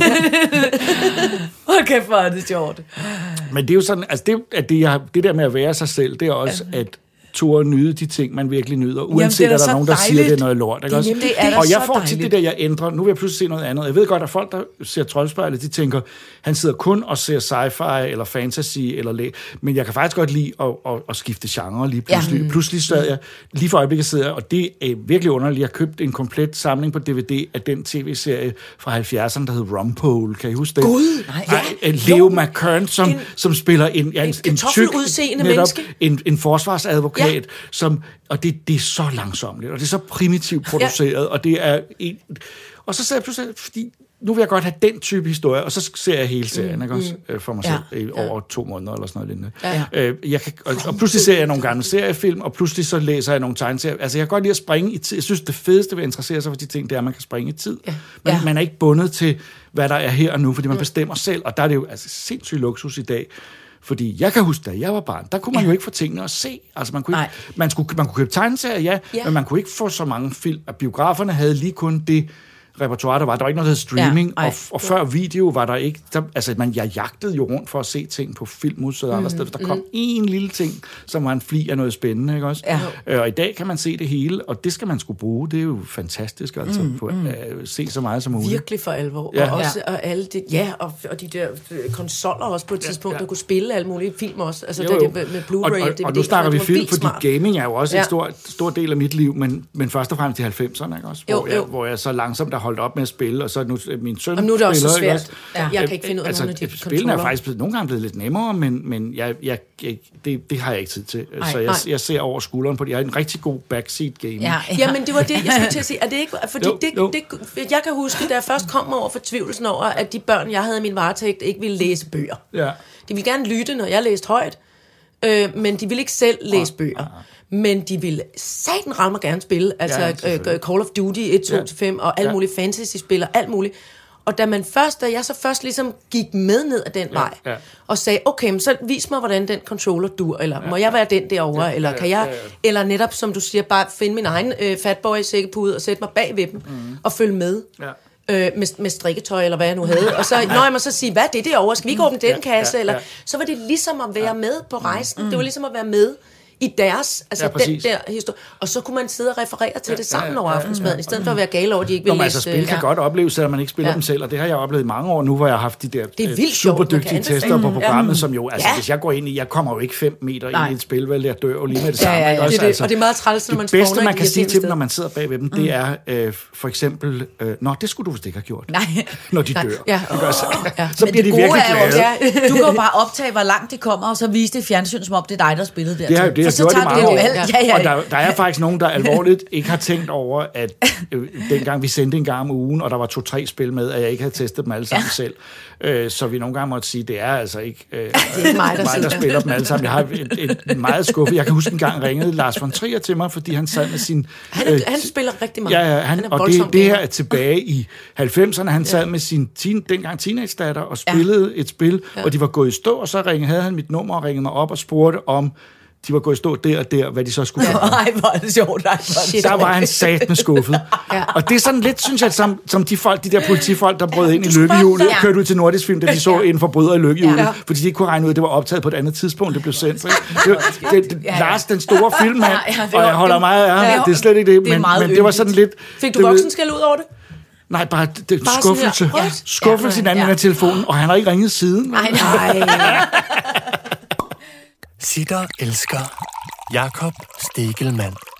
Okay, hvor er det sjovt. Men det er jo sådan, altså det, at det, jeg, det der med at være sig selv, det er også at turde nyde de ting, man virkelig nyder, uanset det er at der så er nogen, der siger, dejligt. det er noget lort. Ikke også? Jamen, det er da og jeg så får tit dejligt. det der, jeg ændrer. Nu vil jeg pludselig se noget andet. Jeg ved godt, at folk, der ser Troldspejlet, de tænker, han sidder kun og ser sci-fi eller fantasy, eller læ- men jeg kan faktisk godt lide at, at, at skifte genre lige pludselig. Ja. Pludselig sad jeg, lige for øjeblikket sidder jeg, og det er virkelig underligt, jeg har købt en komplet samling på D V D af den tv-serie fra halvfjerdserne, der hed Rumpole. Kan I huske det? Gud, nej. Ja. Leo McKern, som, En- som spiller en, ja, en, et en tyk, kartoffeludseende netop, menneske. en, en forsvarsadvokat, ja. som, og det, det er så langsomligt, og det er så primitivt produceret, ja. og det er en, og så sidder jeg pludselig, fordi nu vil jeg godt have den type historie, og så ser jeg hele serien, mm, ikke også, mm. for mig selv, Ja. i over to måneder eller sådan noget lignende. Ja. Øh, jeg kan, og, og pludselig ser jeg nogle gamle seriefilm, og pludselig så læser jeg nogle tegneserier. Altså, jeg kan godt lide at springe i tid. Jeg synes, det fedeste ved at interessere sig for de ting, det er, at man kan springe i tid. Ja. Men Ja. man er ikke bundet til, hvad der er her og nu, fordi man bestemmer selv, og der er det jo altså sindssygt luksus i dag. Fordi jeg kan huske, da jeg var barn, der kunne man ja. jo ikke få tingene at se. Altså man kunne, ikke, man, skulle, man kunne købe tegneserier, ja, Ja. men man kunne ikke få så mange film. Og biograferne havde lige kun det repertoire, der var. Der var ikke noget, der hed streaming, Ja, og, og før video var der ikke... Der, altså, man, jeg jagtede jo rundt for at se ting på Filmhuset og andre steder. Der kom én lille ting, som var en fli af noget spændende, ikke også? Ja. Øh, og i dag kan man se det hele, og det skal man skulle bruge. Det er jo fantastisk, altså, mm, på at mm. uh, se så meget som muligt. Virkelig for alvor. Ja. Og også og alle de, ja, og, og de der øh, konsoller også på et tidspunkt, ja. der kunne spille alle mulige film også. Altså Jo, der, jo. det, med Og, Blu-ray og, og, og, D V D. og nu snakker vi det var film, vildt fordi smart. gaming er jo også Ja. en stor, stor del af mit liv, men, men først og fremmest i halvfemserne, ikke også? Jo, Hvor, jeg, jo. hvor jeg så langsomt har holdt op med at spille, og så er nu min søn Og nu er det også så spiller, ikke svært. også? Ja. Jeg kan ikke finde ud af altså, nogle af de spillene er controller. faktisk blevet, nogle gange blevet lidt nemmere, men, men jeg, jeg, jeg, det, det har jeg ikke tid til. Ej, så jeg, nej. jeg ser over skulderen på det. Jeg har en rigtig god backseat gaming. Ja, Ja, men det var det, jeg skulle til at sige. Er det ikke, fordi Jo, det, jo. det, jeg kan huske, da jeg først kom over fortvivlelsen over, at de børn, jeg havde i min varetægt, ikke ville læse bøger. Ja. De ville gerne lytte, når jeg læste højt, øh, men de ville ikke selv læse bøger. Men de ville satan ramme gerne spille, altså Ja, ja, selvfølgelig. Call of Duty et, to, fem og alle Ja. mulige fantasy-spil og alt muligt. Og da man først, da jeg så først ligesom gik med ned ad den ja, vej, ja. og sagde, okay, men så vis mig, hvordan den controller dur, eller ja, må jeg være den derovre, ja, eller kan jeg, ja, ja. eller netop, som du siger, bare finde min egen øh, fatboy-sækkepude og sætte mig bag ved dem, mm. og følge med. Ja. Øh, med, med strikketøj, eller hvad jeg nu havde. Og så når jeg så sige, hvad er det derovre? Skal vi ikke åbne den kasse? ja, Eller, ja. så var det ligesom at være med på rejsen. Det var ligesom at være med i deres, altså Ja, den præcis. der historie. Og så kunne man sidde og referere til det sammen ja, over ja, aftensmaden, i stedet for at være gale over, at de ikke Nå, ville men læse. altså, spil kan ja. godt opleves, selvom man ikke spiller Ja. dem selv, og det har jeg oplevet i mange år nu, hvor jeg har haft de der Det er øh, vildt sjovt, man kan superdygtige anbefale. tester på Mm. programmet, som jo, altså Ja. hvis jeg går ind i, jeg kommer jo ikke fem meter Nej. ind i et spil, vel, jeg dør jo lige med det Ja, samme. ja, ja. ikke også? Det er det, Altså, og det er meget træls, når man det bedste, spawner man i kan sige irriterende til dem, sted. når man sidder bag ved dem, det er øh, for eksempel, øh, nå, det skulle du vist ikke have gjort, Nej. når de Nej, dør. ja. Ikke også? Ja. Så Men bliver det de gode virkelig er jo, glade. at du kan jo bare optage, hvor langt de kommer, og så vise det i fjernsynet, som om det er dig, der spillede der. Det har, det har For så gjort i tager mange vi år. det jo alt. Ja, ja, Og ja. der, der er faktisk nogen, der alvorligt ikke har tænkt over, at øh, dengang vi sendte en gang om ugen, og der var to-tre spil med, at jeg ikke havde testet dem alle sammen ja. selv. Øh, så vi nogle gange måtte sige, det er altså ikke, øh, Det er ikke mig, der, mig, der spiller dem alle sammen. Jeg har et, et meget skuffe. Jeg kan huske en gang ringede Lars von Trier til mig, fordi han sad med sin... Han, er, han spiller rigtig meget. Ja, ja, han, han er og det, voldsom det her gamer. er tilbage i halvfemserne. Han sad med sin teen, dengang teenage-datter og spillede ja. et spil, ja. og de var gået i stå, og så ringede, havde han mit nummer og ringede mig op og spurgte om, de var gået i stå der og der, hvad de så skulle gøre. Nej, hvor er det sjovt. Nej, hvor er det Shit. Der var han sat med skuffet. Ja. Og det er sådan lidt, synes jeg, som, som de folk, de der politifolk, der brød ind i lykkehjulet, ja. kørte ud til Nordisk Film, da de så en forbryder i lykkehjulet, Ja. fordi de ikke kunne regne ud, at det var optaget på et andet tidspunkt, det blev sendt. Det, det, det, det, Ja, ja. Lars, den store filmmand, Ja, ja, det og var- jeg holder meget af ham, Ja. det er slet ikke det, Det er men, meget men det var sådan lidt... Fik du ved- voksenskæld ud over det? Nej, bare det, det, Bare sådan skuffelse. her, Ja. what? Skuffelse i den anden Ja. ende af telefonen, og han har ikke ringet siden. Nej, Nej. Sitter elsker Jakob Stegelmann.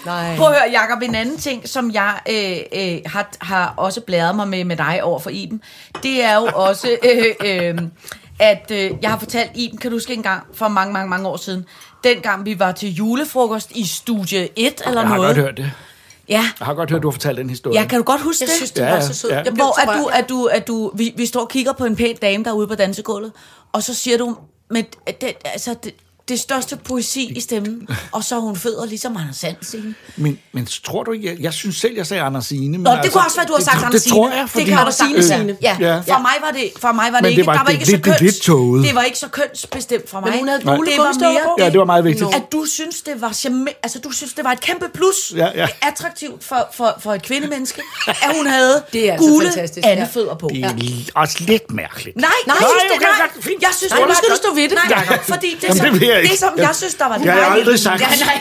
Nej. Prøv at høre, Jacob, en anden ting, som jeg øh, øh, har, har også blæret mig med med dig over for Iben, det er jo også, øh, øh, at øh, jeg har fortalt Iben, kan du huske en gang for mange, mange, mange år siden, dengang vi var til julefrokost i studie et eller jeg noget. Jeg har godt hørt det. Ja. Jeg har godt hørt, du har fortalt den historie. Ja, kan du godt huske jeg det? Jeg synes, det ja, var så sødt. ja. Hvor at du, at du, at du, vi, vi står og kigger på en pæn dame, der er ude på dansegulvet, og så siger du, med det, altså det, det største poesi i stemmen, og så er hun fødder ligesom Anders Sandsen. Men, men tror du ikke, jeg, jeg synes selv, jeg sagde Andersine. Men Nå, det altså, kunne også være, du har sagt det, Anders det, det tror jeg, fordi... Det kan du sige, Signe. Ja. Ja. For mig var det, for mig var det Men ikke, det var, der var det, ikke det, så det, det, køns, det, tåget. det var ikke så kønsbestemt for mig. Men hun havde Nej. gule Det var gummistøvler mere på. Ja, det var meget vigtigt. at du synes, det var charme, altså du synes, det var et kæmpe plus, Ja, ja. attraktivt for, for, for et kvindemenneske, at hun havde Det er altså gule fantastisk, ja. andefødder på. Det er også lidt mærkeligt. Nej, nej, Nej, jeg synes, det, okay, nej. godt, fint. Jeg synes, Nej, det nu var skal du godt. stå ved det, Nej, Jacob. fordi det, Jamen, som, det vil jeg ikke. det, som jeg synes, der var det Det har jeg dejlige- aldrig sagt. Ja, nej,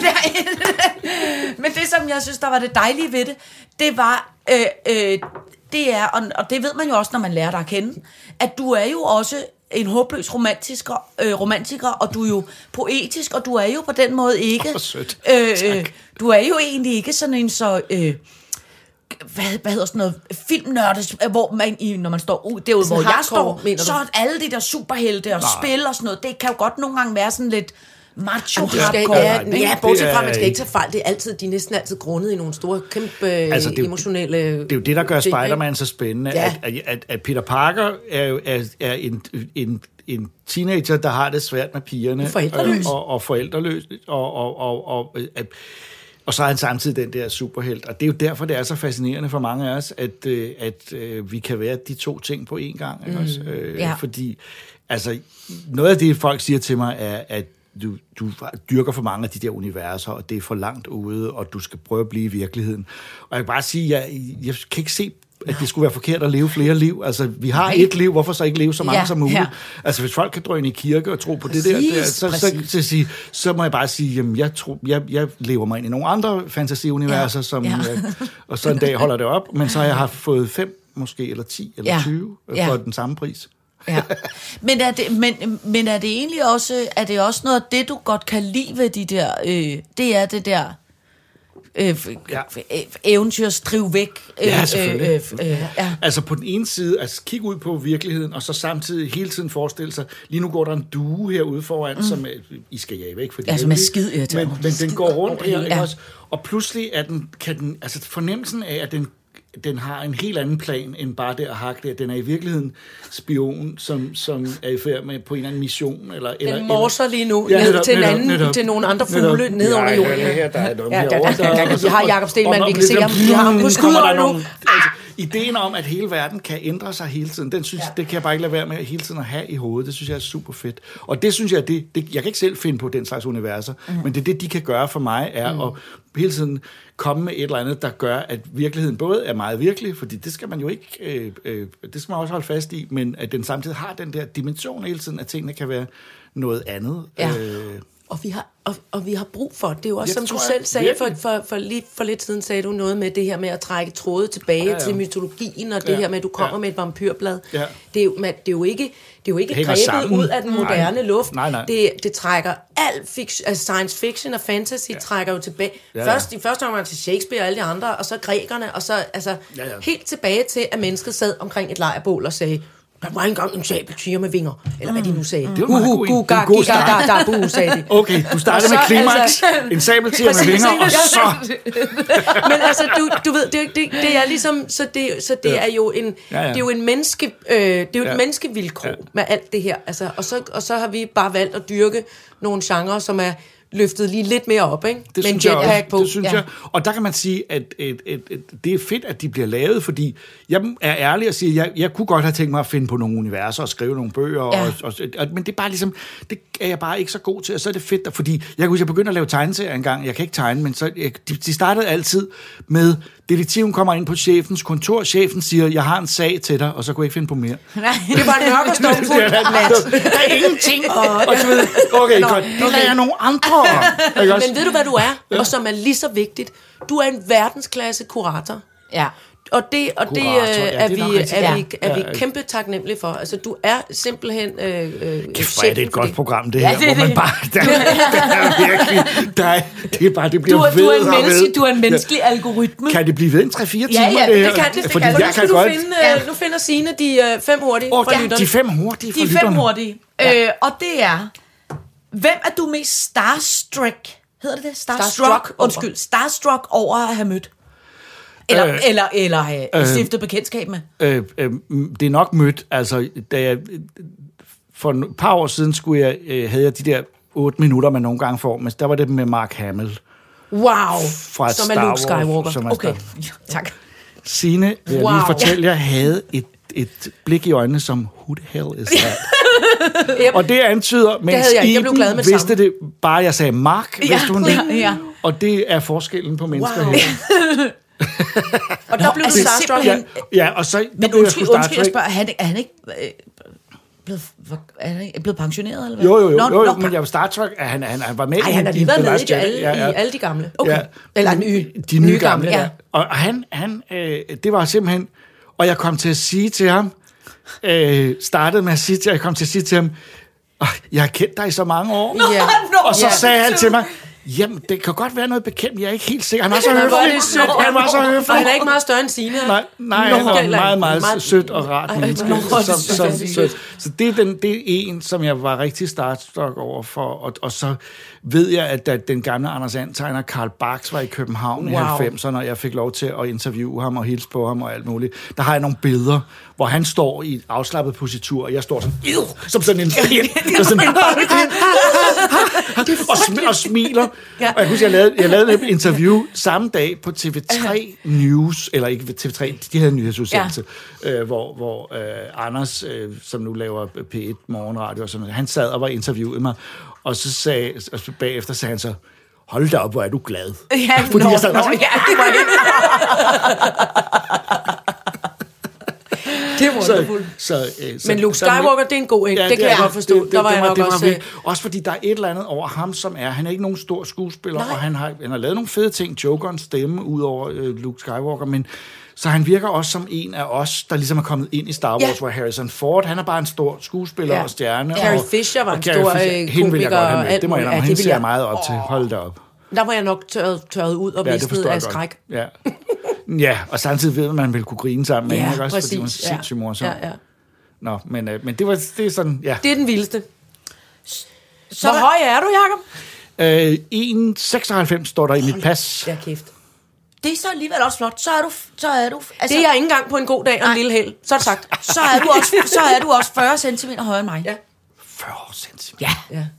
nej. Men det, som jeg synes, der var det dejlige ved det, det var, øh, øh, det er, og, og det ved man jo også, når man lærer dig at kende, at du er jo også en håbløs romantiker, øh, romantiker, og du er jo poetisk, og du er jo på den måde ikke... Åh, sødt. Øh, øh, du er jo egentlig ikke sådan en så... Øh, hvad, hvad hedder sådan noget, filmnørdes, hvor man, i, når man står ud, derude, Sådan hvor jeg hardcore, står, mener du? så er alle de der superhelte og spil og sådan noget, det kan jo godt nogle gange være sådan lidt macho Du skal, hardcore. ja, ikke? ja, bortset fra, Det er- man skal ikke tage fejl. Det er altid, de er næsten altid grundet i nogle store, kæmpe Altså, det er jo- emotionelle... Det er jo det, der gør ting, ikke? Spider-Man så spændende, Ja. at, at, at Peter Parker er, jo- er, er en, en, en teenager, der har det svært med pigerne. Forældreløs. Og, og forældreløs. Og, og, og, og, at, og så er han samtidig den der superhelt. Og det er jo derfor, det er så fascinerende for mange af os, at, øh, at øh, vi kan være de to ting på én gang. Ikke også? Øh, Ja. Fordi altså, noget af det, folk siger til mig, er, at du, du dyrker for mange af de der universer, og det er for langt ude, og du skal prøve at blive i virkeligheden. Og jeg kan bare sige, jeg, jeg kan ikke se, at det skulle være forkert at leve flere liv. Altså, vi har et liv, hvorfor så ikke leve så mange Ja, som muligt? ja. Altså, hvis folk kan drøne i kirke og tro på Præcis, det der, der så, så, præcis. så, så, så må jeg bare sige, jamen, jeg, tror, jeg, jeg lever mig ind i nogle andre fantasiuniverser, Ja, som, ja. Jeg, og så en dag holder det op, men så har jeg haft fået fem, måske, eller ti, eller Ja, tyve, ja. for den samme pris. Ja. Men, er det, men, men er det egentlig også, er det også noget af det, du godt kan lide ved de der, øh, det er det der øh, Ja. ja. eventyrsdriv væk. Øh, Ja, selvfølgelig. Øh, øh, øh, ja. Altså på den ene side, altså kigge ud på virkeligheden, og så samtidig hele tiden forestille sig, lige nu går der en due herude foran, mm. som er, I skal jage ikke, for Ja, som er skideirriterende. men, men den går rundt her, ikke Ja. også? Og pludselig er den, kan den, altså fornemmelsen af, at den den har en helt anden plan end bare det at hakke det. Den er i virkeligheden spion, som, som er i færd med på en eller anden mission. Eller, eller, Den morser lige nu Ja, ned netop, til, en netop, anden, netop. til nogle andre fugle Netop. ned under Ja, jorden. ja, ja, der er noget Ja, der- herovre, der- der- der- vi har Jacob Stelman, og vi kan når- se ham. Vi har ham på kommer skulderen der nu. nogle- altså, ideen om, at hele verden kan ændre sig hele tiden, den synes, ja. det kan jeg bare ikke lade være med hele tiden at have i hovedet. Det synes jeg er super fedt. Og det synes jeg, det, det jeg kan ikke selv finde på den slags universer, mm. men det er det, de kan gøre for mig, er mm. at hele tiden komme med et eller andet, der gør, at virkeligheden både er meget virkelig, fordi det skal man jo ikke, øh, øh, det skal man også holde fast i, men at den samtidig har den der dimension hele tiden, at tingene kan være noget andet. Ja. Øh, Og vi, har, og, og vi har brug for det. Det er jo også, Ja, som det du tror jeg selv sagde, for, virkelig. for, for, lige for lidt siden sagde du noget med det her med at trække tråde tilbage ja, Ja, ja. ja. til mytologien, og det Ja, her med, at du kommer ja. med et vampyrblad. Ja. Det, er jo, man, det er jo ikke, det er jo ikke hænger grebet sammen. ud af den moderne Nej. luft. Nej, nej. Det, det trækker alt fiction, altså science fiction og fantasy ja. trækker jo tilbage. Ja, ja. Først, i første omgang til Shakespeare og alle de andre, og så grækerne, og så altså, Ja, ja. helt tilbage til, at mennesket sad omkring et lejrbål og sagde, der var engang en sabeltiger med vinger, eller hvad de nu sagde. Det var en meget god en. Gu, Det var ga, en god gi, ga, start. da, da, bu, sagde de. Okay, du starter Og med så, klimaks, altså- en sabeltiger med Præcis, vinger, og ikke? så... Men altså, du, du ved, det, det, det er ligesom, så det, så det Ja. er jo en, Ja, ja. det er jo en menneske, øh, det er jo et Ja. menneskevilkår Ja. med alt det her. Altså, og så, og så har vi bare valgt at dyrke nogle genrer, som er løftet lige lidt mere op, ikke? Det Med en synes jeg jetpack også. på. Det synes Ja. jeg. Og der kan man sige, at et, et, et, det er fedt, at de bliver lavet, fordi jeg er ærlig og siger, at jeg, jeg kunne godt have tænkt mig at finde på nogle universer og skrive nogle bøger, Ja. og, og, og, men det er bare ligesom, det er jeg bare ikke så god til, og så er det fedt, fordi jeg kunne huske, jeg begyndte at lave tegneserier engang, jeg kan ikke tegne, men så, jeg, de, de startede altid med, detektiven kommer ind på chefens kontor, chefen siger, jeg har en sag til dig, og så kunne jeg ikke finde på mere. Det var en mørk og stormfuld nat. Der er ingenting, og så ved okay, Nå, godt, det okay. lader jeg nogle andre om. Ikke også? Men ved du, hvad du er? Og som er lige så vigtigt. Du er en verdensklasse kurator. Ja. og det, og det øh, Kurator, ja, er, det vi, er nok rigtigt. er, vi, Ja. er vi Ja. kæmpe taknemmelige for. Altså, du er simpelthen øh, øh, Kæft, hvor er det chefen et for godt program, det her, Ja, det er hvor man det. bare... Der, der er virkelig... Der er, det er bare, det Du, bliver er, du, er en ved og menneske, ved. du er en menneskelig algoritme. Kan det blive ved en tre fire Ja, timer, ja, det det her? Det kan det, det Fordi kan. jeg Nu skal kan du godt... finde, Ja. øh, nu finder Signe de øh, fem hurtige Åh, fra ja, lytterne. de fem hurtige for De er fem lytterne. hurtige. Øh, og det er, hvem er du mest starstruck? Hedder det det? Starstruck? Starstruck over. Undskyld, starstruck over at have mødt. Eller, Øh, øh, eller, eller have øh, stiftet bekendtskab med. Øh, øh, det er nok mødt, altså, da jeg, for et par år siden skulle jeg, øh, havde jeg de der otte minutter, man nogle gange får, men der var det med Mark Hamill. Wow, Fra som er Star Luke Wars, Skywalker. som er Okay, Star- tak. Signe, vil jeg Wow. lige fortælle jer, havde et, et blik i øjnene som, who the hell is that? Yep. Og det antyder, mens havde jeg ikke. Jeg blev glad med det vidste det, bare jeg sagde Mark, Ja, vidste hun det. ja, ja. Og det er forskellen på mennesker Wow. her. Og der blev du altså, starstruck. simpelthen- Ja, ja, og så... Men blev jeg undskyld, sgu undskyld, jeg Star Trek. spørger, er han, er han ikke øh, blevet, hvor- er han ikke blevet pensioneret, eller hvad? Jo, jo, jo, Nå, jo, jo nå, men jeg var Star Trek, at han, han, han var med Ej, i han har i lige været The med Last i Jedi. alle, Ja, ja. i alle de gamle. Okay. Ja. Eller nye. De nye, gamle, ja. ja. Og han, han øh, det var simpelthen... Og jeg kom til at sige til ham... Øh, startede med at sige til, jeg kom til at sige til ham... "Åh, jeg har kendt dig i så mange år. Ja. Og så Ja. sagde han til mig... Jamen, det kan godt være noget bekendt, jeg er ikke helt sikker. Han var så Hvor er høflig. det sødt. Han var så Og høflig. han er ikke meget større end Signe. Nej, nej, Nå, han var eller- meget, meget, meget- sødt og rart Ej, menneske. nå, hvor er det Som, sødt. som, så, så det er, den, det er en, som jeg var rigtig starstruck over for. Og, og så ved jeg, at da den gamle Anders And-tegner Karl Barks var i København wow. i Wow. halvfemserne, og jeg fik lov til at interviewe ham og hilse på ham og alt muligt. Der har jeg nogle billeder, hvor han står i afslappet positur, og jeg står sådan, Ew! Som sådan en pind. Og, sådan, og, sm- og smiler. Ja. Og jeg husker, jeg lavede, jeg lavede et interview samme dag på T V tre News, eller ikke T V tre, de havde en nyhedsudsendelse, ja. øh, hvor, hvor øh, Anders, øh, som nu laver P et morgenradio og sådan noget, han sad og var interviewet mig, og så sagde, og så bagefter sagde han så, hold da op, hvor er du glad. Ja, Fordi nå, jeg sad nå, bare sådan, ja, det var Det er så, wonderful. så, øh, så, Men Luke der- Skywalker, det er en god en. Ja, det kan jeg er- godt forstå. det- Der var det jeg nok det også... virkelig- Også fordi der er et eller andet over ham, som er... Han er ikke nogen stor skuespiller, Nej. og han har, han har lavet nogle fede ting. Jokerens stemme, ud over øh, Luke Skywalker, men... Så han virker også som en af os, der ligesom er kommet ind i Star Wars, Ja. hvor Harrison Ford, han er bare en stor skuespiller Ja. og stjerne. Carrie og, Fisher var og en Carrie stor, Fisher, øh, hende vil jeg komiker godt have og med. alt Det må jeg muligt. nok. Ja, det Hende vil ser jeg jeg- meget op til. Hold da op. Der var jeg nok tørret, tørret ud og Ja, det visnet forstår af jeg skræk. godt. Ja. Ja, og samtidig ved man, at man vil kunne grine sammen med Ja, hende, ikke også? Fordi præcis. hun er sindssygt morsom. Ja, ja. Nå, men, øh, men det, var, det er sådan, ja. Det er den vildeste. Så Hvor der- høj er du, Jacob? Øh, en komma seksoghalvfems står der i mit pas. Ja, kæft. Det er så alligevel også flot. Så er du... Så er du altså, Det er jeg ikke engang på en god dag og en Nej. lille held. Så er det sagt. så er, du også, så er du også fyrre centimeter højere end mig. Ja. fyrre centimeter. Ja. Ja.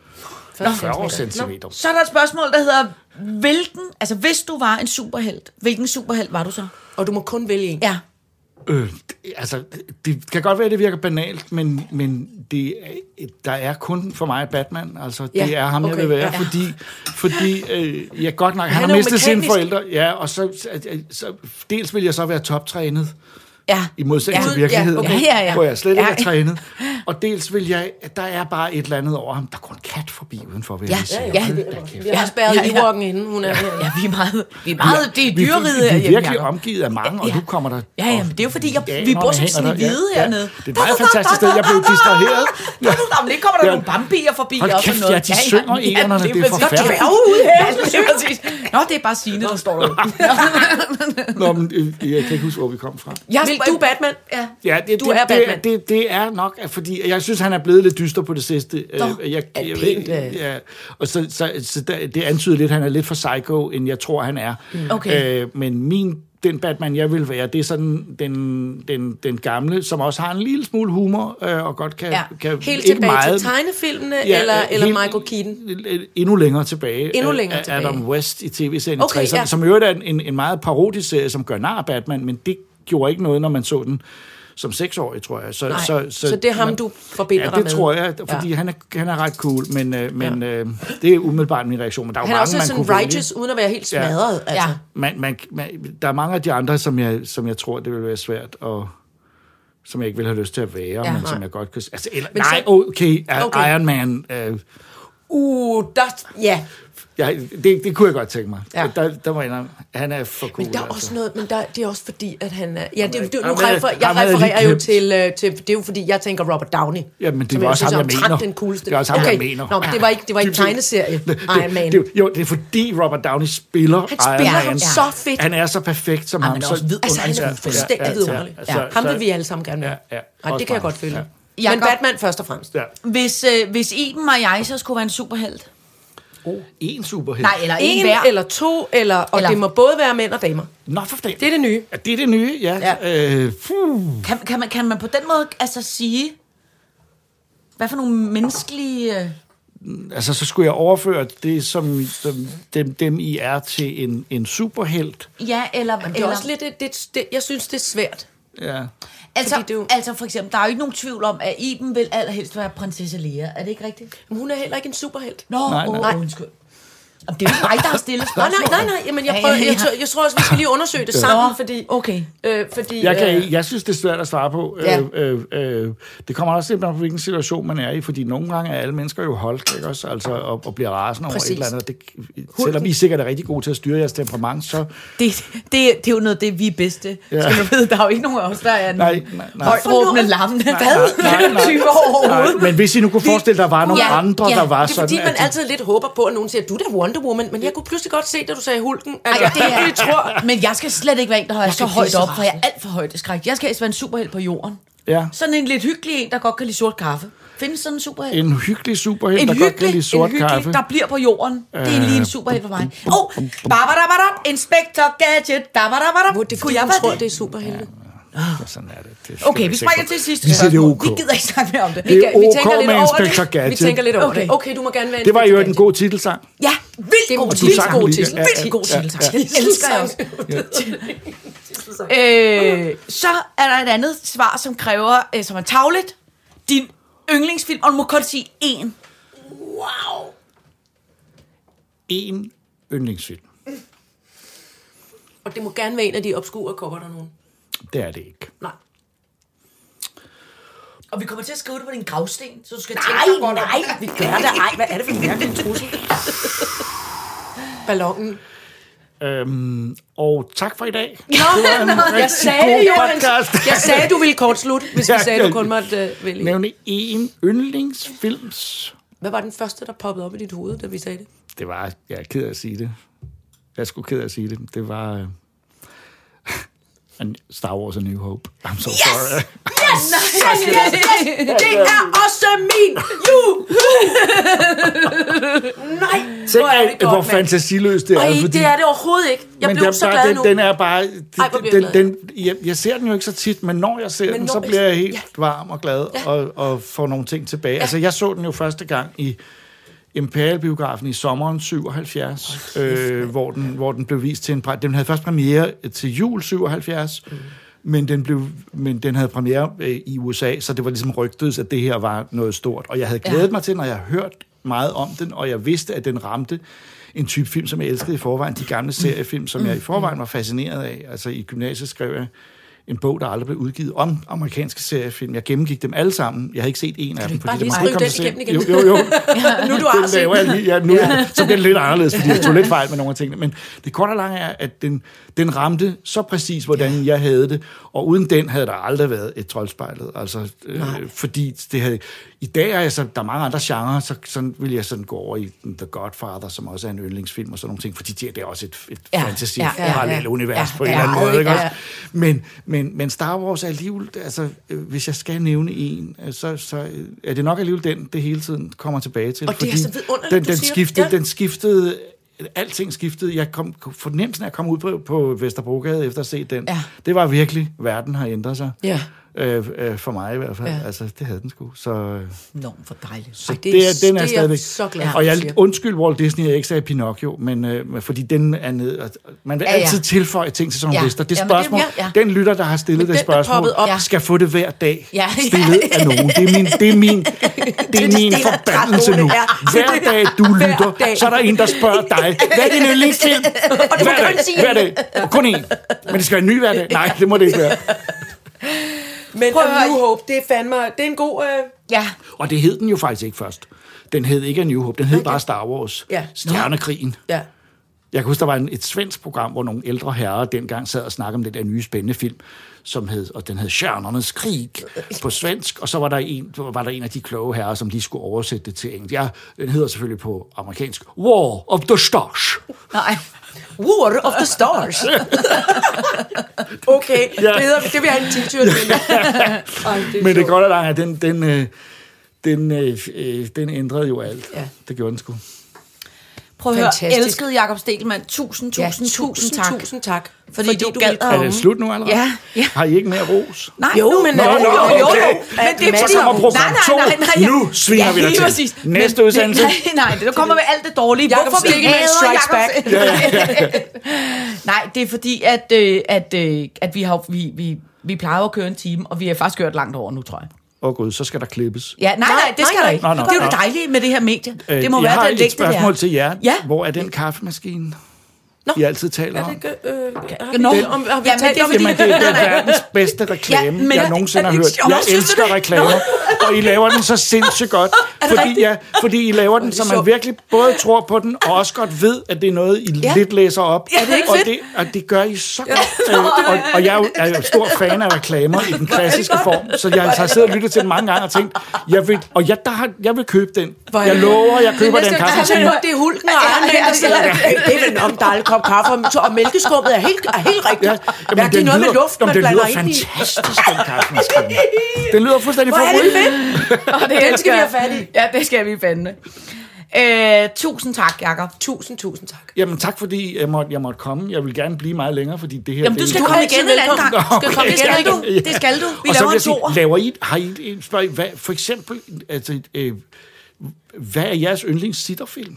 fyrre centimeter. Så er der et spørgsmål, der hedder, hvilken... Altså, hvis du var en superhelt, hvilken superhelt var du så? Og du må kun vælge en. Ja. Øh, det, altså, det kan godt være, at det virker banalt, men, men det, er- der er kun for mig Batman. Altså, det Ja, er ham, jeg okay, vil være, ja. fordi, fordi øh, jeg godt nok, han, Han han er har jo mistet sine mekanisk. forældre, ja, og så, så, så dels vil jeg så være toptrænet, Ja. i modsætning Ja. til virkeligheden, Ja, okay. Ja, ja. hvor jeg slet Ja. ikke er trænet. Og dels vil jeg, der er bare et eller andet over ham, der går en kat forbi udenfor, vil Ja, jeg sige. ja, Hold ja. da kæft. Vi har spærret Ja, ja, ja. ja. inden hun er her. Ja, vi er meget... Vi er meget... Det er Vi, dyreriget vi, vi er herhjemme, virkelig Jacob. omgivet af mange, og Ja. nu kommer der... Ja, ja, men det er jo fordi, jeg, vi Indianerne bor som hænger der. snehvide Ja, ja. hernede. Det er et meget fantastisk sted. Jeg blev distraheret. Ja. Jamen, det kommer der Ja. nogle bambier forbi. Hold og kæft, sådan noget. ja, de synger egernerne, det er præcis. forfærdeligt. Nå, dværge ude her. Ja, det er præcis. Nå, det er bare Signe, der står derude. Nå, men øh, jeg kan ikke huske, hvor vi kom fra. Jeg Vil du er Batman? Ja. Ja, det, Du det, er Batman. Det, det, det er nok, at fordi jeg synes, han er blevet lidt dyster på det sidste. Nå, Øh, jeg, er det jeg, pænt, ved- øh? ja, og så, så, så der, det antyder lidt, at han er lidt for psycho, end jeg tror, han er. Okay. Øh, men min, den Batman, jeg vil være, det er sådan den, den, den gamle, som også har en lille smule humor, øh, og godt kan... Ja. kan Helt ikke tilbage meget, til tegnefilmene, Ja, eller, øh, eller helt- Michael Keaton? Endnu længere tilbage. Endnu Øh, længere Adam tilbage. West i tv-serien Okay, i tresserne, ja. som i øvrigt er en, en meget parodisk serie, som gør nar af Batman, men det gjorde ikke noget, når man så den som seksårig, tror jeg. Så, Nej, så, så, så det er ham, man- du forbinder Ja, dig det med? tror jeg, fordi Ja. han, er, han er ret cool, men, øh, men ja. øh, det er umiddelbart min reaktion. Men der er jo Han er mange, også man sådan kunne righteous, vælge. uden at være helt Ja. smadret. Altså. Ja. Man, man, man, der er mange af de andre, som jeg, som jeg tror, det vil være svært, og som jeg ikke vil have lyst til at være, Ja, ja, men nej. som jeg godt kan... Altså, eller, Men nej, så- okay, Okay. okay. Iron Man... Øh, Uh, der, ja. Ja, det, det kunne jeg godt tænke mig. Ja. Der, der var en, han er for cool. Men der er altså. også noget, men der, det er også fordi, at han er... Ja, det, det, nu Jamen, refer, jeg jamen, jeg refererer lige jo til, uh, til... Det er jo fordi, jeg tænker Robert Downey. Ja, men det som var også ham, jeg synes, mener. Den cooleste. Det er også ham, okay. jeg mener. Nå, men det var ikke, det var ikke en tegneserie, Iron Man. Det, jo, det er fordi Robert Downey spiller Han spiller Iron ham Man. så fedt. Han er så perfekt som Ja, ham. men Så, også vidunderlig. Altså, han er Ja, fuldstændig ja, vidunderlig. ja, Ja, så- ham så- vil vi alle sammen gerne med. Ja, ja. Ej, det Også kan jeg mig. godt følge. Ja. Men Jakob- Batman først og fremmest. Ja. Hvis, øh, hvis Iben og jeg så skulle være en superhelt. En superhelt. Nej, eller en, En hver. eller to, eller, og Eller- det må både være mænd og damer. Nå, for fanden. Det er det nye. Ja, det er det nye, ja. Ja. Øh, puh. Kan, kan, man, kan man på den måde altså sige, hvad for nogle menneskelige... Øh, Altså, så skulle jeg overføre det, som, som dem, dem I er, til en, en superhelt. ja, eller... Det er eller også lidt... Det, det, det, jeg synes, det er svært. Ja. altså, fordi det er jo- altså for eksempel, der er jo ikke nogen tvivl om, at Iben vil allerhelst være prinsesse Lea. Er det ikke rigtigt? Men hun er heller ikke en superhelt. Nå, Nej, nej. åh, undskyld. Jamen, det er jo mig, der har stillet Nej, spørgsmål. nej, nej, nej. Jamen, jeg, Ja, prøver, ja, ja. jeg, tror, jeg tror også, vi skal lige undersøge det sammen, Nå, fordi... okay. Øh, fordi Jeg, kan, øh, jeg synes, det er svært at svare på. Ja. Øh, øh, øh, det kommer også lidt på, hvilken situation man er i, fordi nogle gange er alle mennesker jo holdt, ikke også? Altså, og, og bliver rasende over Præcis. et eller andet. Det, selvom I sikkert er rigtig gode til at styre jeres temperament, så... Det, det, det er jo noget, det vi er bedste. Ja. Skal du vide, der er jo ikke nogen af os, der er en Nej, nej, nej. højtråbende lamme. nej, nej. tyve år Nej, men hvis I nu kunne forestille, der var nogle Ja, andre, ja, der var det er sådan... fordi, man at de- altid lidt håber på, at nogen siger, du er da Wonder Woman, men jeg kunne pludselig godt se, da du sagde Hulken. Ej, Altså, det er, jeg tror... men jeg skal slet ikke være en, der holder så kan højt pisse op, for jeg er rasende. alt for højt skræk. Jeg skal helst være en superhelt på jorden. Ja. Sådan en lidt hyggelig en, der godt kan lide sort kaffe. Findes sådan en superhelt? En hyggelig superhelt, En der godt kan lide sort en hyggelig, kaffe. der bliver på jorden. Det er en lige en superhelt for mig. Åh, oh, babadabadab, Inspector Gadget, dabadabadab. Hvor det er fordi, Kunne jeg hun være tror, det? det er superhelte. Ja, sådan er det. det skal Okay, jeg vi ikke springer tænke til på. sidste Vi siger, det er spørgsmål. ok. Vi gider ikke snakke mere om det. Det er Vi ok tænker lidt med over Inspector det. Gadget. Vi tænker lidt over Okay. det. Okay, du må gerne være Det var jo Inspector en god titelsang. Ja, vildt Det er god en titel. vildt god lige. titel. Ja, Vildt god ja, titel. ja. Det elsker jeg også. Øh, så er der et andet svar, som kræver, øh, som er tagligt. Din yndlingsfilm, og du må kun sige én. Wow. En yndlingsfilm. Og det må gerne være en af de obskure cover, der er nogen. Det er det ikke. Nej. Og vi kommer til at skrive det på din gravsten, så du skal Nej, tænke dig godt om. nej, vi gør det. Ej, hvad er det for en mærkelig trussel? Ballonen. Øhm, og tak for i dag. Nå, jeg sagde god jo, podcast. jeg sagde, du ville kort slut, hvis vi Ja, sagde, du ja. kun måtte uh, vælge. Nævne en yndlingsfilms. Hvad var den første, der poppede op i dit hoved, da vi sagde det? Det var, jeg er ked af at sige det. Jeg er sgu ked af at sige det. Det var øh, Star Wars A New Hope. I'm so yes! sorry. Yes! Yes, yes, yes! Det er også min jul! Nej, Tænk, hvor er det hvor godt, mand. fantasiløst det er. Ej, fordi, det er det overhovedet ikke. Jeg men blev den, så bare, glad den, nu. den er bare... Ej, hvor bliver den, jeg glad. den, jeg, jeg ser den jo ikke så tit, men når jeg ser Men den, når så jeg- bliver jeg helt ja. varm og glad Ja. og, og får nogle ting tilbage. Ja. Altså, jeg så den jo første gang i Imperial-biografen i sommeren syvoghalvfjerds, oh, øh, hvor, den, hvor den blev vist til en... Pre- den havde først premiere til jul syvoghalvfjerds, mm. men, den blev, men den havde premiere øh, i U S A, så det var ligesom rygtet, at det her var noget stort. Og jeg havde glædet ja. mig til, når jeg havde hørt meget om den, og jeg vidste, at den ramte en type film, som jeg elskede i forvejen, de gamle seriefilm, som jeg i forvejen var fascineret af. Altså i gymnasiet skrev jeg en bog, der aldrig blev udgivet om amerikanske seriefilm. Jeg gennemgik dem alle sammen. Jeg havde ikke set en af dem. bare Fordi lige det var skrive aldrig den kommet igennem til- Jo, jo, jo. Ja, nu er du Den arset. laver jeg lige. Ja, nu, ja. Så bliver det lidt anderledes, fordi jeg tog lidt fejl med nogle af tingene. Men det korte og lange er, at den, den ramte så præcis, hvordan jeg havde det. Og uden den havde der aldrig været et Troldspejlet. Altså, øh, fordi det havde... I dag er jeg så, der er mange andre genrer, så sådan vil jeg sådan gå over i The Godfather, som også er en yndlingsfilm og sådan nogle ting, fordi det er også et, et Ja, fantasy ja, ja, parallelt ja. univers Ja, på en ja, eller anden ja, måde. Ikke ja. også? Men, men, men Star Wars er alligevel, altså, øh, hvis jeg skal nævne en, øh, så, så øh, er det nok alligevel den, det hele tiden kommer tilbage til. Og det er fordi så vidunderligt, den, du den siger. skiftede, Ja. den skiftede, alting skiftede. Jeg kom fornemmelsen af at komme ud på, på Vesterbrogade efter at se den. Ja. Det var virkelig, verden har ændret sig. Ja. Øh, øh, for mig i hvert fald. Ja. Altså, det havde den sgu. Så, øh, Nå, for dejligt. så Ej, det, det er, den er det stadigvæk. jeg så glad for, og jeg du siger. undskyld Walt Disney, jeg ikke sagde Pinocchio, men øh, fordi den er ned. og Man vil Ja, ja. altid tilføje ting til sådan nogle Ja. lister. Det Jamen, det- spørgsmål, ja, ja. den lytter, der har stillet Men det den er spørgsmål, poppet op. Ja. skal få det hver dag Ja. stillet af nogen. Det er min, det er min, det er min det er forbandelse nu. Ja. Hver dag du lytter, dag. så er der en, der spørger dig, hvad er din yndlingsfilm? Og du må Hver kun dag, sige hver dag. Kun én. Men det skal være en ny hver dag. Nej, det må det ikke være. Men Prøv at A høre. New Hope, det er fandme... Det er en god... Øh... Ja. Og det hed den jo faktisk ikke først. Den hed ikke A New Hope, den hed okay. bare Star Wars. Ja. Stjernekrigen. Ja. Jeg kan huske, der var en, et svensk program, hvor nogle ældre herrer dengang sad og snakkede om den der nye spændende film, som hed, og den hed Stjernernes Krig på svensk, og så var der en, var der en af de kloge herrer, som lige skulle oversætte det til engelsk. Ja, den hedder selvfølgelig på amerikansk War of the Stars. Nej. War of the Stars. Okay, ja. det, hedder, det vil jeg have en t-shirt. Ej, det Men det er godt, at den, den, øh, den, øh, den ændrede jo alt. Ja. Det gjorde den sgu. Prøv at høre, Fantastisk. elskede Jakob Stegelmann. Tusind, tusind, Ja, tusind, tusind tak. Tusind tak. Fordi, Fordi du, du gad ville at- komme. Er det slut nu allerede? Ja, ja. Har I ikke mere ros? Nej, Jo, nu- men- Nå, Nå, jo, nå, jo, jo, okay. jo. Men det er Så fordi... kommer program Nej, nej, to. nej, nej, Nu sviner vi dig lige til. præcis. Næste Men- udsendelse. Nej, nej, det kommer med alt det dårlige. Jakob Hvorfor vi Stegelmann hader strikes Jakob back. Ste- Nej, det er fordi, at, øh, at, øh, at vi, har, vi, vi, vi plejer at køre en time, og vi har faktisk kørt langt over nu, tror jeg. Åh oh, gud, så skal der klippes. Ja, nej, nej, det skal nej, der ikke. nej, nej. Det er jo det dejlige med det her medie. Det må jeg være har den et længde, det spørgsmål er. til jer. Ja. Hvor er den kaffemaskine, Nå. I altid taler Er om? det ikke, øh, har vi, Nå. om, har vi Jamen, talt det er om fordi- Jamen, det er den verdens bedste reklame, Ja, men- jeg nogensinde har er det hørt. ikke sjovt? Jeg Synes du elsker det? reklamer, og I laver den så sindssygt godt. Fordi, ja, fordi I laver den, så man sjovt. virkelig både tror på den, og også godt ved, at det er noget, I Ja. lidt læser op. Er det ikke og fedt? det, og det gør I så godt. Øh, og, og jeg er jo, er jo stor fan af reklamer i den klassiske form, så jeg har siddet og lyttet til den mange gange og tænkt, jeg vil, og jeg, der har, jeg vil købe den. Jeg lover, jeg køber den kaffemaskine. Det er Hulken og Arne, der sidder der. Det er vel om dejlig kop kaffe, og mælkeskummet er helt, er helt rigtigt. Ja, Ja, der er ikke noget med luft, man jamen, det blander lyder ind i. fantastisk, den kaffemaskine. Det lyder fuldstændig Hvor er det forrygende. fedt. Og det Den skal vi have fat i. Ja, det skal vi fandme. Øh, tusind tak, Jakob. Tusind, tusind tak. Jamen tak, fordi jeg måtte, jeg måtte komme. Jeg vil gerne blive meget længere, fordi det her... Jamen, du det, skal Du er komme altid igen en anden gang. velkommen. Du skal komme Okay. igen, Det skal du. du. Det skal du. Vi og så laver vil en jeg sige, toer. laver I, har I en spørg, hvad, for eksempel, altså, øh, hvad er jeres yndlingssitterfilm?